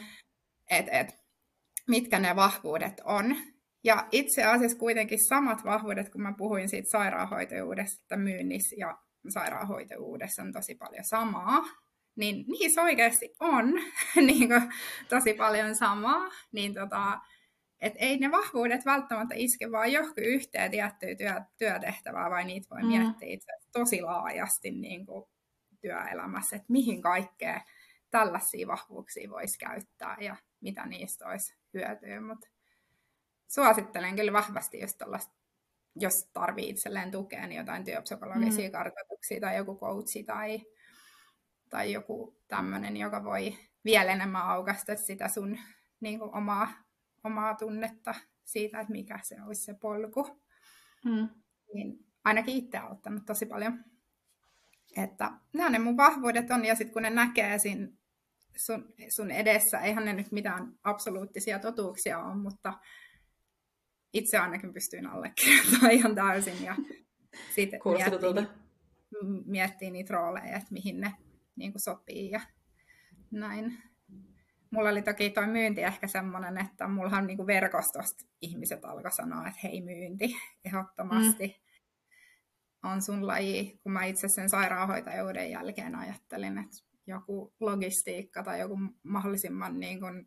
mitkä ne vahvuudet on. Ja itse asiassa kuitenkin samat vahvuudet, kun mä puhuin siitä sairaanhoitajuudesta, että myynnissä ja sairaanhoitajuudessa on tosi paljon samaa, niin niissä oikeasti on niin kuin, tosi paljon samaa. Niin et ei ne vahvuudet välttämättä iske vaan johonkin yhteen tiettyä työtehtävää, vai niitä voi miettiä itse tosi laajasti niin kuin työelämässä, että mihin kaikkea tällaisia vahvuuksia voisi käyttää ja mitä niistä olisi hyötyä. Mutta suosittelen kyllä vahvasti, jos tarvitsee itselleen tukea, niin jotain työpsykologisia kartoituksia tai joku coachi tai joku tämmöinen, joka voi vielä enemmän aukaista sitä sun niin kuin omaa tunnetta siitä, että mikä se olisi se polku. Niin ainakin itse auttanut tosi paljon. Että nämä ne mun vahvuudet on, ja sitten kun ne näkee siinä sun edessä, eihän ne nyt mitään absoluuttisia totuuksia ole, mutta itse ainakin pystyin allekirjoittamaan ihan täysin. Ja sitten miettii niitä rooleja, että mihin ne niin kuin sopii ja näin. Mulla oli toki toi myynti ehkä semmoinen, että mullahan niin kuin verkostosta ihmiset alkoi sanoa, että hei, myynti ehdottomasti on sun laji. Kun mä itse sen sairaanhoitajuuden jälkeen ajattelin, että joku logistiikka tai joku mahdollisimman niin kuin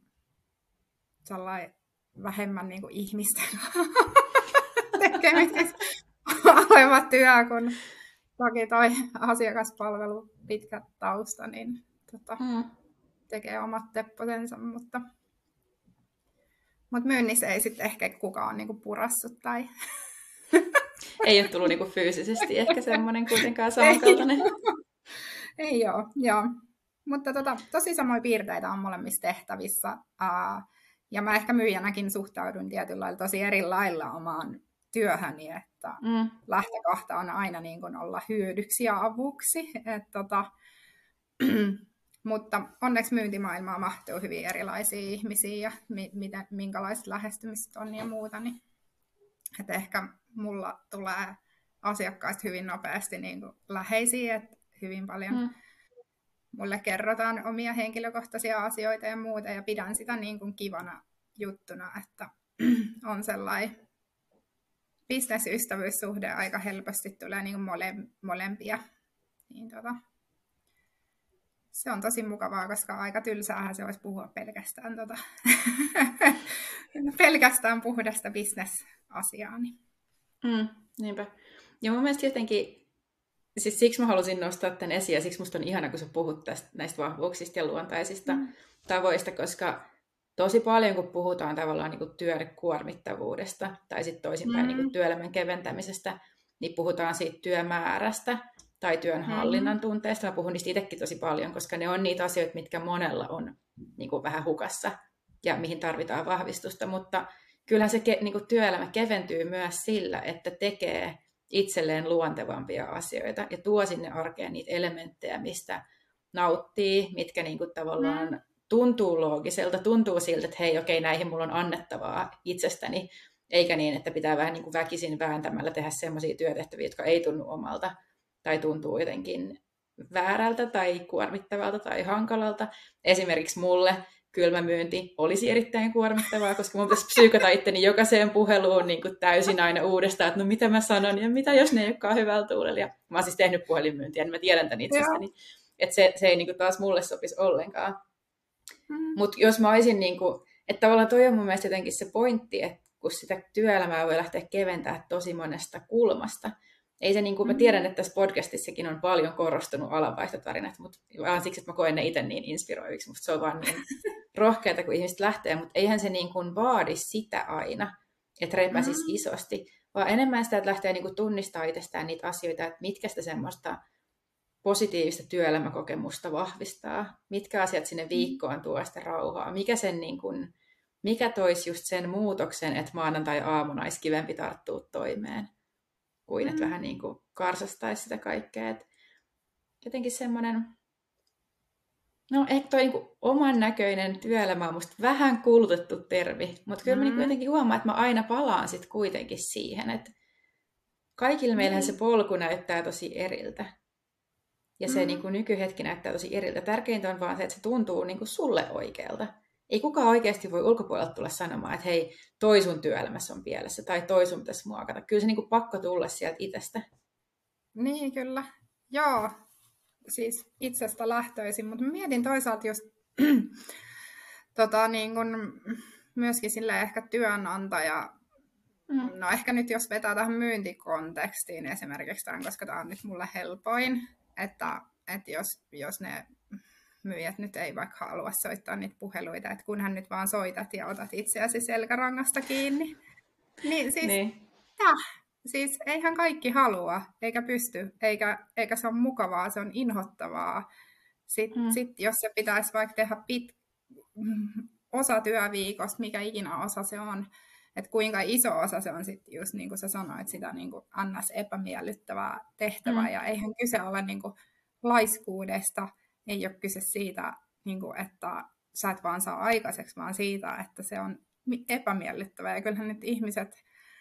vähemmän niin kuin ihmisten tekemistä oleva työ, kun toki toi asiakaspalvelu pitkä tausta, niin tekee omat tepposensa, mutta myynnissä ei sitten ehkä kukaan niinku purassut tai ei ole tullut niinku fyysisesti ehkä semmoinen kuitenkaan samankaltainen. Ei ole, joo. Mutta tosi samoja piirteitä on molemmissa tehtävissä. Ja mä ehkä myyjänäkin suhtaudun tietyllä lailla tosi eri lailla omaan työhöni, että lähtökohta on aina niin kuin olla hyödyksi ja avuksi. Mutta onneksi myyntimaailmaan mahtuu hyvin erilaisia ihmisiä ja minkälaiset lähestymiset on ja muuta. Niin, että ehkä mulla tulee asiakkaista hyvin nopeasti niin kuin läheisiä, että hyvin paljon mulle kerrotaan omia henkilökohtaisia asioita ja muuta, ja pidän sitä niin kuin kivana juttuna, että on sellainen bisnesystävyyssuhde aika helposti tulee niin kuin molempia. Niin se on tosi mukavaa, koska aika tylsäähän se olisi puhua pelkästään puhdasta bisnesasiaa. Niinpä. Ja mun mielestä jotenkin, siis siksi mä halusin nostaa tämän esiin, ja siksi musta on ihana, kun sä puhut näistä vahvuuksista ja luontaisista tavoista, koska tosi paljon, kun puhutaan tavallaan niin kuin työn kuormittavuudesta, tai sitten toisinpäin niin kuin työelämän keventämisestä, niin puhutaan siitä työmäärästä tai työn hallinnan tunteesta. Mä puhun niistä itsekin tosi paljon, koska ne on niitä asioita, mitkä monella on niin kuin vähän hukassa, ja mihin tarvitaan vahvistusta, mutta kyllähän se niin kuin työelämä keventyy myös sillä, että tekee itselleen luontevampia asioita ja tuo sinne arkeen niitä elementtejä, mistä nauttii, mitkä niin kuin tavallaan tuntuu loogiselta, tuntuu siltä, että hei, okei, näihin mulla on annettavaa itsestäni, eikä niin, että pitää vähän niin kuin väkisin vääntämällä tehdä semmoisia työtehtäviä, jotka ei tunnu omalta tai tuntuu jotenkin väärältä tai kuormittavalta tai hankalalta. Esimerkiksi mulle kylmämyynti olisi erittäin kuormittavaa, koska mun pitäisi psyykata itteni jokaiseen puheluun niin kuin täysin aina uudestaan, että no mitä mä sanon ja mitä jos ne ei olekaan hyvällä tuulella. Ja mä oon siis tehnyt puhelinmyyntiä, niin mä tiedän tämän itsestäni, että se ei niin kuin taas mulle sopisi ollenkaan. Mutta jos mä olisin, niin kuin, että tavallaan toi on mun mielestä jotenkin se pointti, että kun sitä työelämää voi lähteä keventämään tosi monesta kulmasta. Ei se niin kuin, mä tiedän, että tässä podcastissakin on paljon korostunut alanvaihtotarinat, mutta vaan siksi, että mä koen ne itse niin inspiroiviksi. Musta se on vaan niin rohkeata, kun ihmiset lähtee, mutta eihän se niin kuin vaadi sitä aina, että repäsisi isosti, vaan enemmän sitä, että lähtee niin kuin tunnistamaan itsestään niitä asioita, että mitkä sitä semmoista positiivista työelämäkokemusta vahvistaa, mitkä asiat sinne viikkoon tuo sitä rauhaa, mikä toisi just sen muutoksen, että maanantai-aamuna olisi kivempi tarttua toimeen, kuin että vähän niin kuin karsastaisi sitä kaikkea. Et jotenkin semmoinen, no ehkä toi niin kuin oman näköinen työelämä on musta vähän kulutettu termi, mutta kyllä mä niin kuin jotenkin huomaan, että mä aina palaan sitten kuitenkin siihen, että kaikilla meillähän se polku näyttää tosi eriltä. Ja se niin kuin nykyhetki näyttää tosi eriltä. Tärkeintä on vaan se, että se tuntuu niin kuin sulle oikealta. Ei kukaan oikeasti voi ulkopuolelta tulla sanomaan, että hei, toi sun työelämässä on pielessä, tai toi sun pitäisi muokata. Kyllä se niin kuin pakko tulla sieltä itsestä. Niin, kyllä. Joo, siis itsestä lähtöisin, mutta mietin toisaalta just niin kun, myöskin sille ehkä työnantaja, no ehkä nyt jos vetää tähän myyntikontekstiin esimerkiksi tämän, koska tämä on nyt mulle helpoin, että jos ne myyjät nyt ei vaikka halua soittaa niitä puheluita, että kunhan nyt vaan soitat ja otat itseäsi selkärangasta kiinni. Niin siis, siis eihän kaikki halua, eikä pysty, eikä se ole mukavaa, se on inhottavaa. Sitten jos se pitäisi vaikka tehdä osa työviikosta, mikä ikinä osa se on, että kuinka iso osa se on sitten just niin kuin sä sanoit, sitä niin kuin annas epämiellyttävää tehtävää. Ja eihän kyse ole niin kuin laiskuudesta, ei ole kyse siitä, niin kuin, että sä et vaan saa aikaiseksi, vaan siitä, että se on epämiellyttävää. Ja kyllähän nyt ihmiset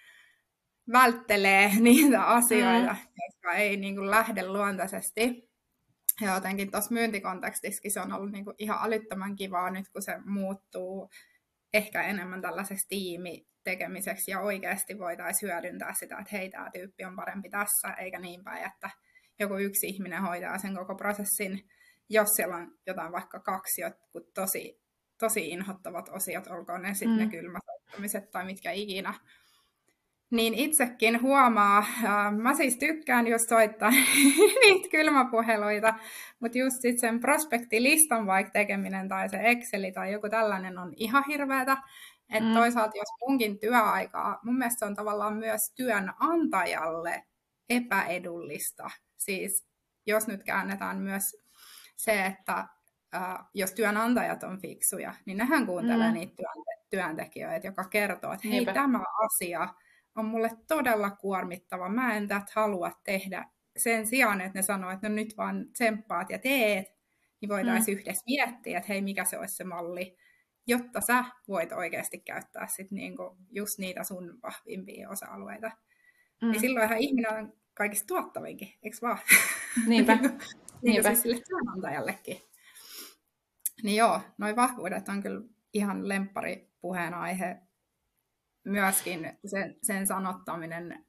välttelee niitä asioita, jotka ei niin kuin lähde luontaisesti. Ja jotenkin tuossa myyntikontekstissakin se on ollut niin kuin ihan älyttömän kivaa nyt, kun se muuttuu ehkä enemmän tällaiseksi tiimitekemiseksi ja oikeasti voitaisiin hyödyntää sitä, että hei, tämä tyyppi on parempi tässä, eikä niin päin, että joku yksi ihminen hoitaa sen koko prosessin, jos siellä on jotain vaikka kaksi jotkut tosi inhottavat osiot, olkoon ne sitten ne kylmäsoittamiset tai mitkä ikinä. Niin itsekin huomaa, mä siis tykkään just soittaa niitä kylmäpuheluita, mutta just sit sen prospektilistan vaikka tekeminen tai se Exceli tai joku tällainen on ihan hirveätä. Että toisaalta jos munkin työaikaa, mun mielestä se on tavallaan myös työnantajalle epäedullista. Siis jos nyt käännetään myös se, että jos työnantajat on fiksuja, niin nehän kuuntelee niitä työntekijöitä, joka kertoo, että hei, tämä asia on mulle todella kuormittava. Mä en tätä halua tehdä. Sen sijaan, että ne sanoo, että no nyt vaan tsemppaat ja teet, niin voitaisiin yhdessä miettiä, että hei, mikä se olisi se malli, jotta sä voit oikeasti käyttää sit niinku just niitä sun vahvimpia osa-alueita. Niin silloinhan ihminen on kaikista tuottavinkin, eikö vaan? Niinpä. Niinpä. Siis sille työnantajallekin. Niin joo, noi vahvuudet on kyllä ihan lemppari puheenaihe. Myöskin sen sanottaminen,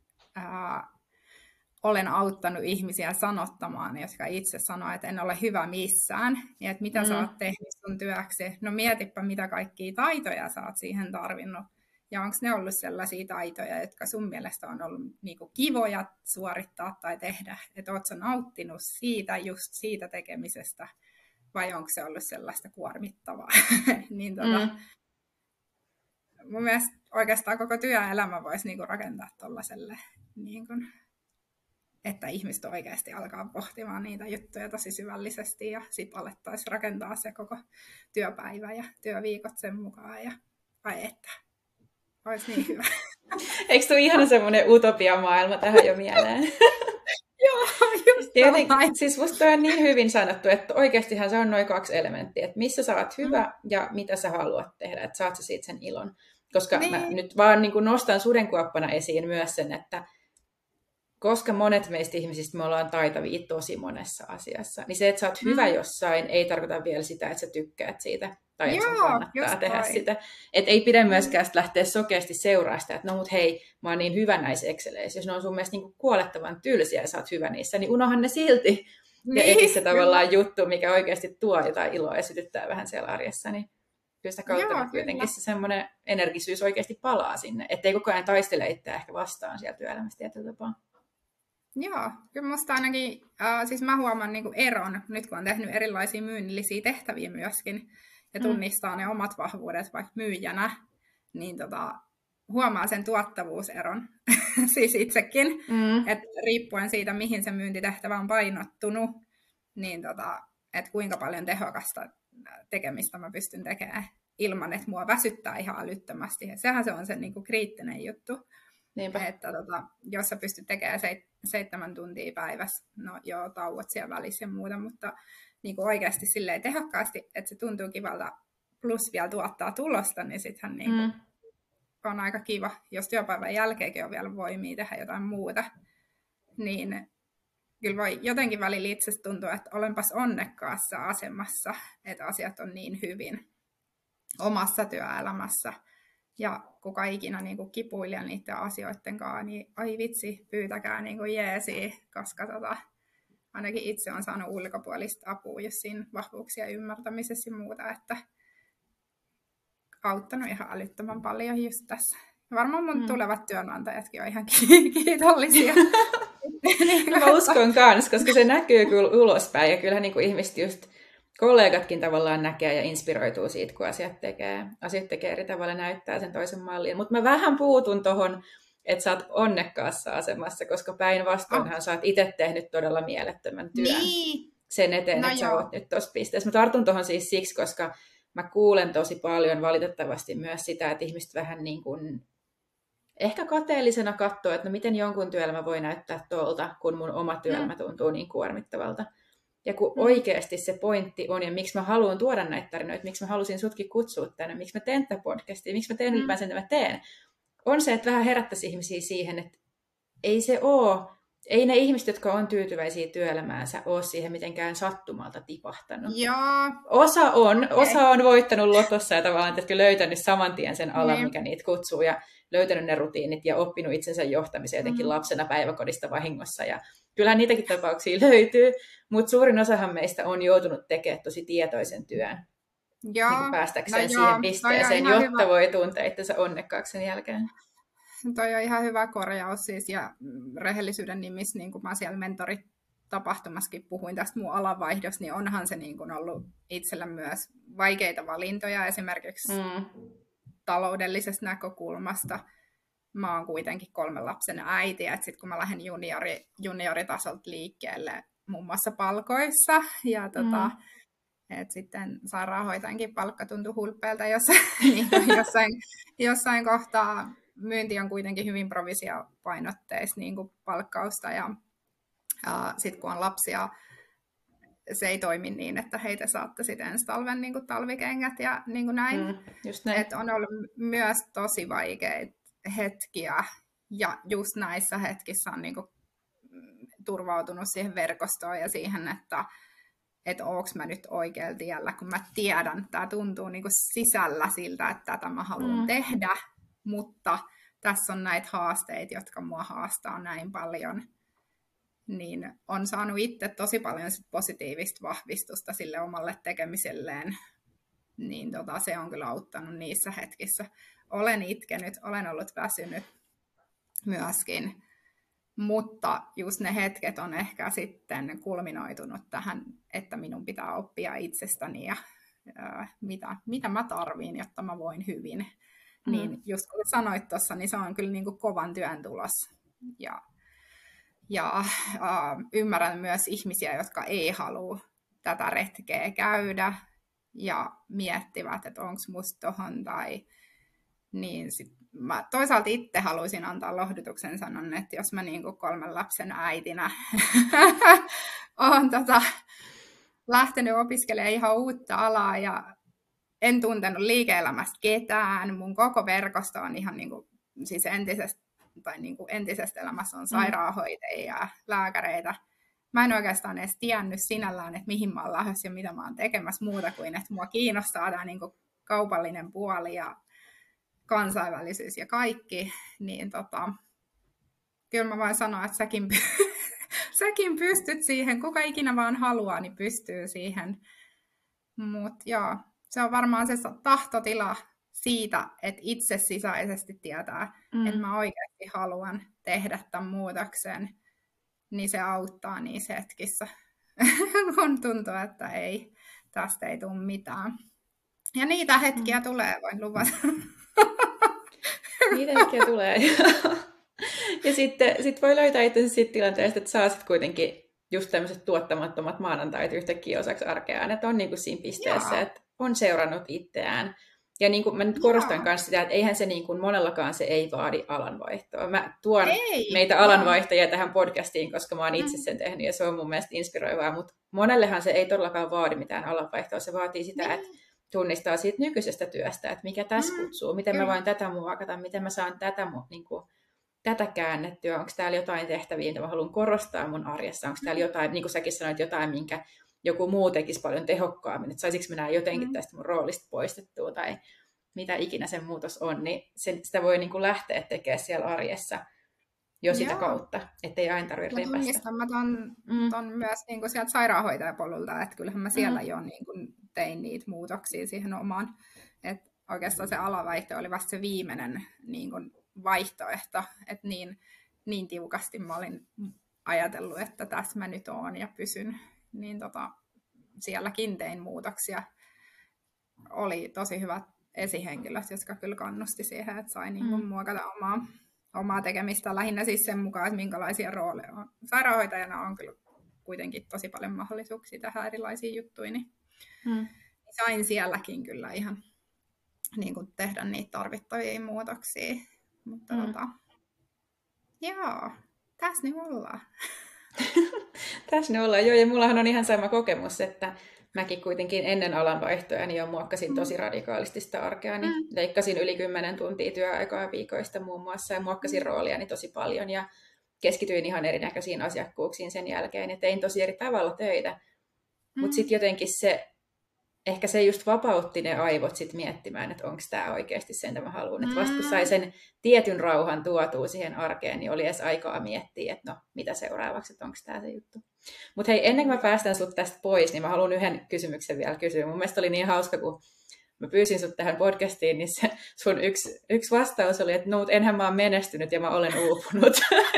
olen auttanut ihmisiä sanottamaan, jotka itse sanoo, että en ole hyvä missään, ja että mitä sä oot tehnyt sun työksi. No mietipä, mitä kaikkia taitoja sä oot siihen tarvinnut, ja onko ne ollut sellaisia taitoja, jotka sun mielestä on ollut niinku kivoja suorittaa tai tehdä, että oot sä nauttinut just siitä tekemisestä, vai onko se ollut sellaista kuormittavaa. Niin mun mielestä oikeastaan koko työelämä voisi niinku rakentaa tuollaiselle, niinku, että ihmiset oikeasti alkaa pohtimaan niitä juttuja tosi syvällisesti ja sitten alettaisiin rakentaa se koko työpäivä ja työviikot sen mukaan. Ja ai että, olisi niin hyvä. Eikö tule ihana semmoinen utopiamaailma tähän jo mieleen? Joo, just jotenkin, siis musta on niin hyvin sanottu, että oikeastihan se on noin 2 elementtiä, että missä sä oot hyvä ja mitä sä haluat tehdä, että saat sä siitä sen ilon. Koska mä nyt vaan niin kuin nostan sudenkuoppana esiin myös sen, että koska monet meistä ihmisistä me ollaan taitavia tosi monessa asiassa, niin se, että sä oot hyvä jossain, ei tarkoita vielä sitä, että sä tykkäät siitä tai että sun kannattaa tehdä sitä. Että ei pidä myöskään lähteä sokeasti seuraa sitä, että no mut hei, mä oon niin hyvä näissä Exceleissä. Jos ne on sun mielestä niin kuolettavan tylsiä ja sä oot hyvä niissä, niin unohan ne silti. Ja etsi se tavallaan juttu, mikä oikeasti tuo jotain iloa ja sytyttää vähän siellä arjessa, niin kyllä sitä kautta kuitenkin se semmoinen energisyys oikeasti palaa sinne, ettei koko ajan taistele itseä ehkä vastaan siellä työelämässä tietyllä tapaa. Joo, kyllä musta ainakin, siis mä huomaan niinku eron, nyt kun on tehnyt erilaisia myynnillisiä tehtäviä myöskin, ja tunnistaa ne omat vahvuudet vaikka myyjänä, niin huomaa sen tuottavuuseron, siis itsekin, että riippuen siitä, mihin se myyntitehtävä on painottunut, niin että kuinka paljon tehokasta tekemistä mä pystyn tekemään ilman, että mua väsyttää ihan älyttömästi. Ja sehän se on se niin kuin kriittinen juttu. Niinpä. Että jos sä pystyt tekemään 7 tuntia päivässä, no joo, tauot siellä välissä ja muuta, mutta niin kuin oikeasti silleen tehokkaasti, että se tuntuu kivalta, plus vielä tuottaa tulosta, niin sittenhän niin kuin on aika kiva, jos työpäivän jälkeenkin on vielä voimia tehdä jotain muuta, niin kyllä voi jotenkin välillä itsestä tuntua, että olenpas onnekkaassa asemassa, että asiat on niin hyvin omassa työelämässä. Ja kuka ikinä niin kuin kipuilee niiden asioiden kanssa, niin ai vitsi, pyytäkää niin kuin jeesiä, koska ainakin itse on saanut ulkopuolista apua just siinä vahvuuksien ymmärtämisessä ja muuta, että auttanut ihan älyttömän paljon just tässä. Varmaan mun tulevat työnantajatkin on ihan kiitollisia. Mä uskon kanssa, koska se näkyy kyllä ulospäin ja kyllähän niin kuin ihmiset just kollegatkin tavallaan näkee ja inspiroituu siitä, kun asiat tekee eri tavalla ja näyttää sen toisen mallin. Mutta mä vähän puutun tohon, että sä oot onnekkaassa asemassa, koska päinvastoinhan sä oot itse tehnyt todella mielettömän työn sen eteen, että sä oot nyt tuossa pisteessä. Mä tartun tohon siis siksi, koska mä kuulen tosi paljon valitettavasti myös sitä, että ihmiset vähän niin kuin ehkä kateellisena katsoo, että no miten jonkun työelämä voi näyttää tuolta, kun mun oma työelämä tuntuu niin kuormittavalta. Ja kun oikeasti se pointti on, ja miksi mä haluan tuoda näitä tarinoita, miksi mä halusin sutkin kutsua tänne, miksi mä teen tätä podcastia, miksi mä teen ylipäänsä, mitä mä teen, on se, että vähän herättäisi ihmisiä siihen, että ei se ole, ei ne ihmiset, jotka on tyytyväisiä työelämäänsä, ole siihen mitenkään sattumalta tipahtanut. Osa on voittanut lotossa ja tavallaan löytänyt saman tien sen alan, mikä niitä kutsuu, ja löytänyt ne rutiinit ja oppinut itsensä johtamisen jotenkin lapsena päiväkodista vahingossa. Ja kyllähän niitäkin tapauksia löytyy, mutta suurin osahan meistä on joutunut tekemään tosi tietoisen työn niin päästäkseen siihen pisteeseen, jotta voi tuntea itsensä onnekkaaksi sen jälkeen. Toi on ihan hyvä korjaus siis, ja rehellisyyden nimissä, niin kuin mä siellä mentoritapahtumassakin puhuin tästä mun alanvaihdosta, niin onhan se niin kuin ollut itsellä myös vaikeita valintoja esimerkiksi taloudellisesta näkökulmasta. Mä oon kuitenkin 3 lapsen äiti, että sit kun mä lähden junioritasolta liikkeelle muun muassa palkoissa, ja et sitten sairaanhoitajankin palkka tuntui hulppeelta jossain kohtaa. Myynti on kuitenkin hyvin provisiopainotteista niin kuin palkkausta, ja sitten kun on lapsia, se ei toimi niin, että heitä saatte sitten ensi talven niin kuin talvikengät ja niin kuin näin. Et on ollut myös tosi vaikeita hetkiä, ja just näissä hetkissä on niin kuin turvautunut siihen verkostoon ja siihen, että onko mä nyt oikealla tiellä, kun mä tiedän, että tämä tuntuu niin kuin sisällä siltä, että tätä mä haluan tehdä, mutta tässä on näitä haasteita, jotka mua haastaa näin paljon, niin on saanut itse tosi paljon positiivista vahvistusta sille omalle tekemiselleen, niin se on kyllä auttanut niissä hetkissä. Olen itkenyt, olen ollut väsynyt myöskin, mutta just ne hetket on ehkä sitten kulminoitunut tähän, että minun pitää oppia itsestäni ja mitä mä tarviin, jotta mä voin hyvin. Niin just kun sanoit tuossa, niin se on kyllä niin kuin kovan työn tulos. Ja ymmärrän myös ihmisiä, jotka ei halua tätä retkeä käydä ja miettivät, että onko musta tohon tai niin. Mä toisaalta itse haluaisin antaa lohdutuksen sanon, että jos mä niin kuin 3 lapsen äitinä oon lähtenyt opiskelemaan ihan uutta alaa ja en tuntenut liike-elämästä ketään. Mun koko verkosto on ihan niin kuin, siis entisestä elämässä on sairaanhoitajia ja lääkäreitä. Mä en oikeastaan edes tiennyt sinällään, että mihin mä oon lähdössä ja mitä mä oon tekemässä muuta kuin, että mua kiinnostaa tämä niin kuin kaupallinen puoli ja kansainvälisyys ja kaikki. Niin kyllä mä voin sanoa, että säkin pystyt siihen. Kuka ikinä vaan haluaa, niin pystyy siihen. Mutta joo. Se on varmaan se tahtotila siitä, että itse sisäisesti tietää, että mä oikeasti haluan tehdä tämän muutoksen, niin se auttaa niissä hetkissä, kun tuntuu, että tästä ei tule mitään. Ja niitä hetkiä tulee, voin luvata. Niitä hetkiä tulee. Ja sitten voi löytää itsensä siitä tilanteesta, että saa sitten kuitenkin just tämmöiset tuottamattomat maanantait yhtäkkiä osaksi arkeaan, että on niin kuin siinä pisteessä, Joo. että on seurannut itseään. Ja niin kuin mä nyt korostan myös sitä, että eihän se niin kuin monellakaan se ei vaadi alanvaihtoa. Mä tuon meitä alanvaihtajia tähän podcastiin, koska mä oon itse sen tehnyt ja se on mun mielestä inspiroivaa, mutta monellehan se ei todellakaan vaadi mitään alanvaihtoa. Se vaatii sitä, että tunnistaa siitä nykyisestä työstä, että mikä tässä kutsuu, miten mä voin tätä muokata, miten mä saan tätä käännettyä, onko täällä jotain tehtäviä, mitä mä haluan korostaa mun arjessa, onko täällä jotain, niin kuin säkin sanoit, jotain, minkä joku muu tekisi paljon tehokkaammin, että saisinko minä jotenkin tästä mun roolista poistettua, tai mitä ikinä sen muutos on, niin sitä voi niin kuin lähteä tekemään siellä arjessa jo sitä kautta, ettei aina tarvitse repästä. Tunnistan mä ton myös niin kuin sieltä sairaanhoitajapolulta, että kyllähän mä siellä jo niin kuin tein niitä muutoksia siihen omaan, että oikeastaan se alavaihto oli vasta se viimeinen niin kuin vaihtoehto, että niin tiukasti mä olin ajatellut, että tässä mä nyt oon ja pysyn, niin sielläkin tein muutoksia. Oli tosi hyvät esihenkilöt, jotka kyllä kannusti siihen, että sai niin kuin muokata omaa tekemistä lähinnä siis sen mukaan, että minkälaisia rooleja on. Sairaanhoitajana on kyllä kuitenkin tosi paljon mahdollisuuksia tehdä erilaisia juttuja, niin sain sielläkin kyllä ihan niin kuin tehdä niitä tarvittavia muutoksia. Mutta joo, tässä niin ollaan. Tässä ne ollaan, joo, ja mullahan on ihan sama kokemus, että mäkin kuitenkin ennen alanvaihtoja niin jo muokkasin tosi radikaalisti sitä arkea, niin leikkasin yli 10 tuntia työaikaa viikoista muun muassa, ja muokkasin rooliani tosi paljon, ja keskityin ihan erinäköisiin asiakkuuksiin sen jälkeen, ja tein tosi eri tavalla töitä, mutta sitten jotenkin ehkä se just vapautti ne aivot sit miettimään, että onko tämä oikeasti sen, mitä mä haluan. Että vasta kun sai sen tietyn rauhan tuotua siihen arkeen, niin oli edes aikaa miettiä, että no, mitä seuraavaksi, että onko tämä se juttu. Mutta hei, ennen kuin mä päästän sut tästä pois, niin mä haluan yhden kysymyksen vielä kysyä. Mun mielestä oli niin hauska, kun mä pyysin sut tähän podcastiin, niin se sun yksi vastaus oli, että no, enhän mä oon menestynyt ja mä olen uupunut.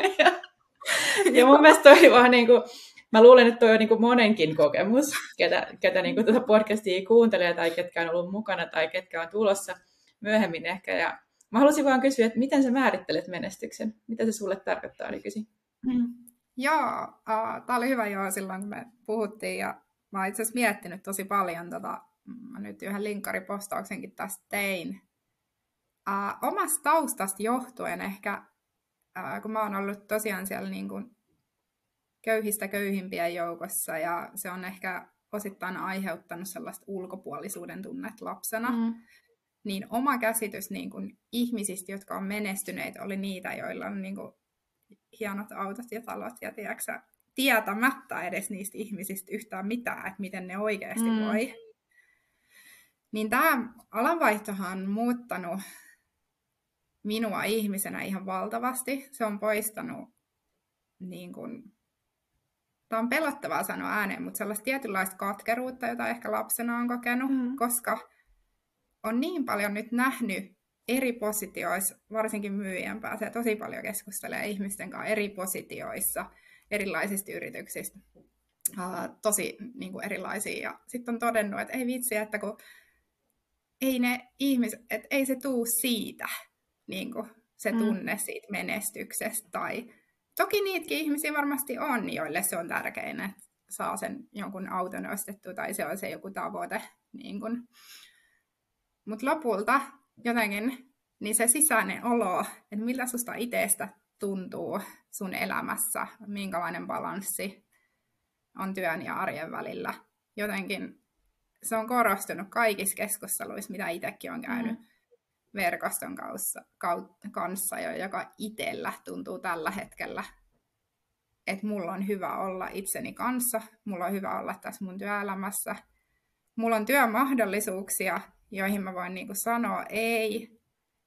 ja mun mielestä toi vaan niinku... Mä luulen, että toi on niin kuin monenkin kokemus, ketä niin kuin tuota podcastia kuuntelee tai ketkä on ollut mukana tai ketkä on tulossa myöhemmin ehkä. Ja mä halusin vaan kysyä, että miten sä määrittelet menestyksen? Mitä se sulle tarkoittaa nykyisin? Joo, tää oli hyvä silloin, kun me puhuttiin. Ja mä oon itse asiassa miettinyt tosi paljon. Mä nyt yhden linkkaripostauksenkin tästä tein. Omasta taustasta johtuen ehkä, kun mä oon ollut tosiaan siellä niin kuin köyhistä köyhimpien joukossa, ja se on ehkä osittain aiheuttanut sellaista ulkopuolisuuden tunnet lapsena, niin oma käsitys niin kuin ihmisistä, jotka on menestyneitä, oli niitä, joilla on niin kuin hienot autot ja talot, ja tiedätkö, tietämättä edes niistä ihmisistä yhtään mitään, että miten ne oikeasti voi. Niin tämä alanvaihtohan on muuttanut minua ihmisenä ihan valtavasti. Se on poistanut niin kuin, tämä on pelottavaa sanoa ääneen, mutta sellaista tietynlaista katkeruutta, jota ehkä lapsena on kokenut, koska on niin paljon nyt nähnyt eri positioissa, varsinkin myyjän pääsee tosi paljon keskustelemaan ihmisten kanssa eri positioissa, erilaisista yrityksistä, tosi niin kuin erilaisia. Ja sitten on todennut, että ei vitsi, että kun ei ne ihmiset, että ei se tuu siitä, niin kuin se tunne siitä menestyksestä tai toki niitäkin ihmisiä varmasti on, joille se on tärkein, että saa sen jonkun auton ostettua tai se on se joku tavoite. Niin mutta lopulta jotenkin niin se sisäinen olo, että miltä susta itsestä tuntuu sun elämässä, minkälainen balanssi on työn ja arjen välillä. Jotenkin se on korostunut kaikissa keskusteluissa, mitä itsekin on käynyt verkoston kanssa, joka itsellä tuntuu tällä hetkellä, että mulla on hyvä olla itseni kanssa, mulla on hyvä olla tässä mun työelämässä, mulla on työmahdollisuuksia, joihin mä voin niinku sanoa ei,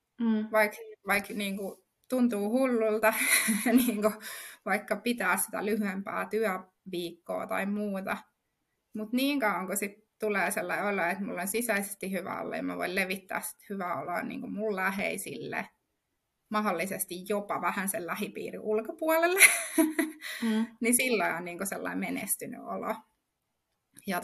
vaikka niinku tuntuu hullulta, niinku, vaikka pitää sitä lyhyempää työviikkoa tai muuta, mutta niin kauan kun sit tulee sellainen olo, että mulla on sisäisesti hyvä olla ja mä voin levittää sitä hyvää oloa niin kuin mun läheisille, mahdollisesti jopa vähän sen lähipiirin ulkopuolelle, niin silloin on niin kuin sellainen menestynyt olo. Ja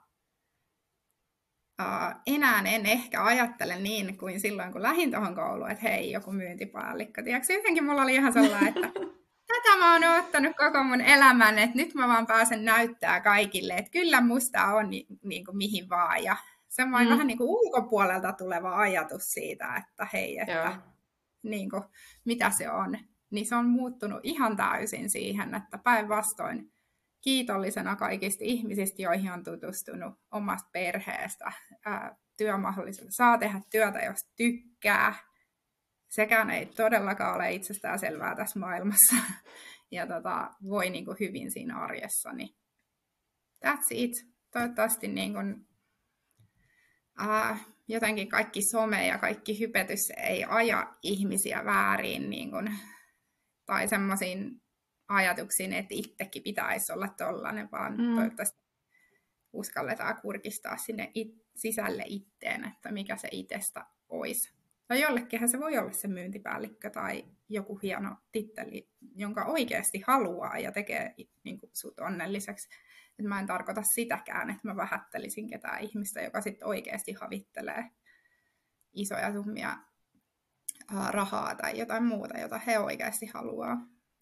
enää en ehkä ajattele niin kuin silloin, kun lähdin tuohon kouluun, että hei, joku myyntipäällikkö. Tiedätkö, jotenkin mulla oli ihan sellainen, että tätä mä oon ottanut koko mun elämän, että nyt mä vaan pääsen näyttää kaikille, että kyllä musta on niin kuin mihin vaan. Ja se on vähän niin kuin ulkopuolelta tuleva ajatus siitä, että hei, että niin kuin, mitä se on. Niin se on muuttunut ihan täysin siihen, että päinvastoin kiitollisena kaikista ihmisistä, joihin on tutustunut omasta perheestä, työmahdollisuudesta, saa tehdä työtä, jos tykkää. Sekään ei todellakaan ole itsestään selvää tässä maailmassa. Ja voi niin kuin hyvin siinä arjessa. Niin that's it. Toivottavasti niin kuin, jotenkin kaikki some ja kaikki hypetys ei aja ihmisiä väärin niin kuin, tai semmoisiin ajatuksiin, että itsekin pitäisi olla tollainen, vaan toivottavasti uskalletaan kurkistaa sinne sisälle itteen, että mikä se itsestä olisi. Tai jollekinhan se voi olla se myyntipäällikkö tai joku hieno titteli, jonka oikeasti haluaa ja tekee niin kuin sut onnelliseksi. Et mä en tarkoita sitäkään, että mä vähättelisin ketään ihmistä, joka sitten oikeasti havittelee isoja summia rahaa tai jotain muuta, jota he oikeasti haluaa.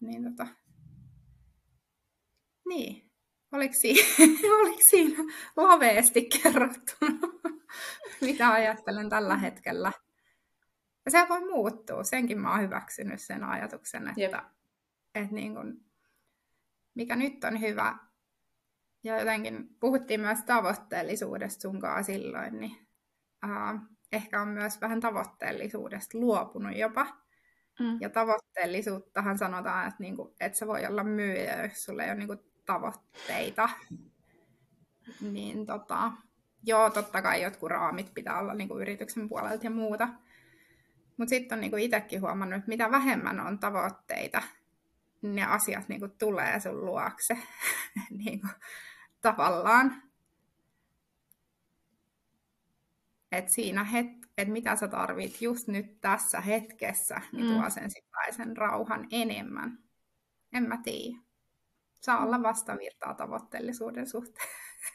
Niin. Oliko siinä laveasti kerrottuna, mitä ajattelen tällä hetkellä? Ja se voi muuttua. Senkin mä oon hyväksynyt sen ajatuksen, että niin kun, mikä nyt on hyvä. Ja jotenkin puhuttiin myös tavoitteellisuudesta sunkaan silloin, niin ehkä on myös vähän tavoitteellisuudesta luopunut jopa. Ja tavoitteellisuuttahan sanotaan, että niinku, et sä voi olla myyjä, jos sulla ei ole niinku tavoitteita. Niin joo, totta kai jotkut raamit pitää olla niinku yrityksen puolelta ja muuta. Mutta sitten on niinku itsekin huomannut, että mitä vähemmän on tavoitteita, ne asiat niinku tulee sun luokse niinku, tavallaan. Että siinä että mitä sä tarvit just nyt tässä hetkessä, niin tuo sen rauhan enemmän. En mä tiedä. Saa olla vastavirtaa tavoitteellisuuden suhteen.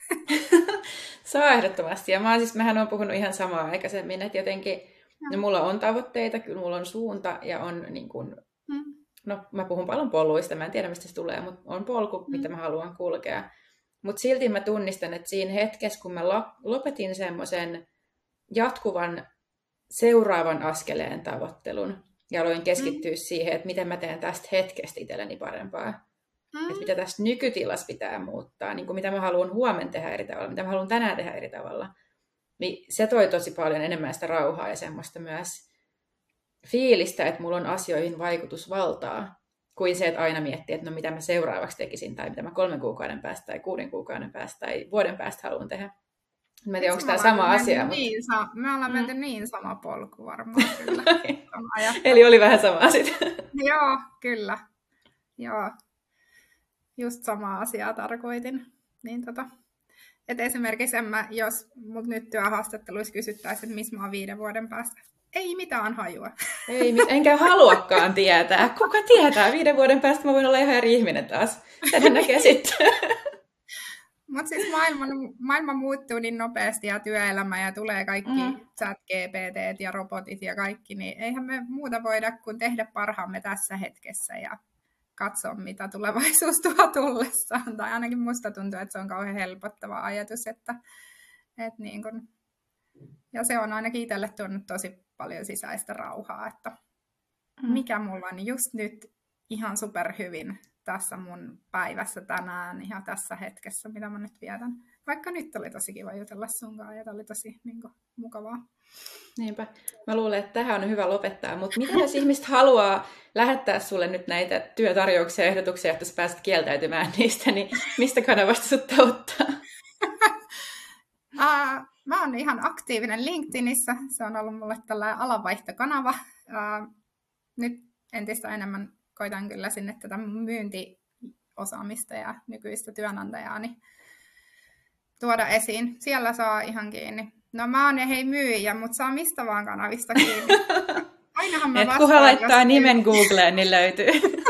Saa ehdottomasti. Ja mehän on puhunut ihan samaa aikaisemmin, että jotenkin mulla on tavoitteita, kyllä mulla on suunta ja on niin kuin, no mä puhun paljon poluista, mä en tiedä mistä se tulee, mutta on polku, mitä mä haluan kulkea. Mutta silti mä tunnistan, että siinä hetkessä, kun mä lopetin semmoisen jatkuvan seuraavan askeleen tavoittelun ja aloin keskittyä siihen, että miten mä teen tästä hetkestä itselleni parempaa. Että mitä tästä nykytilassa pitää muuttaa, niin kuin mitä mä haluan huomenna tehdä eri tavalla, mitä mä haluan tänään tehdä eri tavalla. Niin se toi tosi paljon enemmän sitä rauhaa ja semmoista myös fiilistä, että mulla on asioihin vaikutusvaltaa, kuin se, että aina miettii, että no mitä mä seuraavaksi tekisin, tai mitä mä 3 kuukauden päästä, tai 6 kuukauden päästä, tai vuoden päästä haluan tehdä. Mä en tiedä, onko tämä sama asia. Me ollaan menty niin sama polku varmaan kyllä. Eli oli vähän sama asia. Joo, kyllä. Joo. Just samaa asiaa tarkoitin. Niin että esimerkiksi jos mut nyt työhaastatteluissa kysyttäisiin, että missä mä oon 5 vuoden päästä. Ei mitään hajua. Enkä haluakaan tietää. Kuka tietää? 5 vuoden päästä mä voin olla ihan eri ihminen taas. Sen näkee sitten. Mutta siis maailma muuttuu niin nopeasti ja työelämä ja tulee kaikki chat-GPT:t ja robotit ja kaikki, niin eihän me muuta voida kuin tehdä parhaamme tässä hetkessä ja katsoa, mitä tulevaisuus tuo tullessaan. Tai ainakin musta tuntuu, että se on kauhean helpottava ajatus. Että niin kun, ja se on ainakin itselle tuonut tosi paljon sisäistä rauhaa, että mikä mulla on just nyt ihan superhyvin tässä mun päivässä tänään, ihan tässä hetkessä, mitä mä nyt vietän. Vaikka nyt oli tosi kiva jutella sunkaan ja tämä oli tosi mukavaa. Niinpä. Mä luulen, että tähän on hyvä lopettaa. Mutta mitä jos ihmiset haluaa lähettää sulle nyt näitä työtarjouksia ja ehdotuksia, että sä pääset kieltäytymään niistä, niin mistä kanavasta sut ottaa? Mä oon ihan aktiivinen LinkedInissä. Se on ollut mulle tällainen alanvaihtokanava. Nyt entistä enemmän koitan kyllä sinne tätä myyntiosaamista ja nykyistä työnantajaa niin tuoda esiin. Siellä saa ihan kiinni. No mä oon myyjä, mutta saa mistä vaan kanavista kiinni. Ainahan mä vastaan. Kunhan laittaa nimen Googleen, niin löytyy.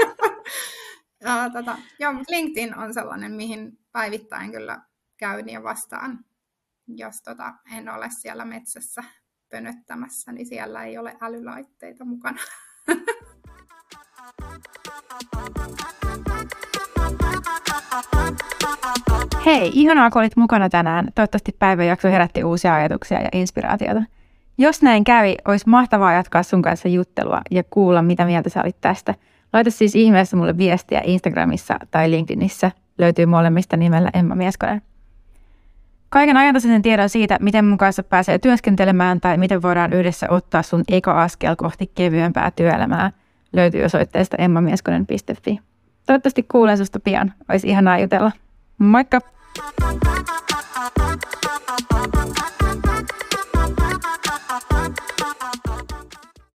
Joo, mutta LinkedIn on sellainen, mihin päivittäin kyllä käyn ja vastaan. Jos en ole siellä metsässä pönöttämässä, niin siellä ei ole älylaitteita mukana. Hei, ihanaa kun olit mukana tänään. Toivottavasti päivän jakso herätti uusia ajatuksia ja inspiraatiota. Jos näin kävi, olisi mahtavaa jatkaa sun kanssa juttelua ja kuulla, mitä mieltä sä olit tästä. Laita siis ihmeessä mulle viestiä Instagramissa tai LinkedInissä. Löytyy molemmista nimellä Emma Mieskonen. Kaiken ajantasaisen tiedon siitä, miten mun kanssa pääsee työskentelemään tai miten voidaan yhdessä ottaa sun eka askel kohti kevyempää työelämää, löytyy osoitteesta emmamieskonen.fi. Toivottavasti kuulen susta pian. Olisi ihanaa jutella. Moikka!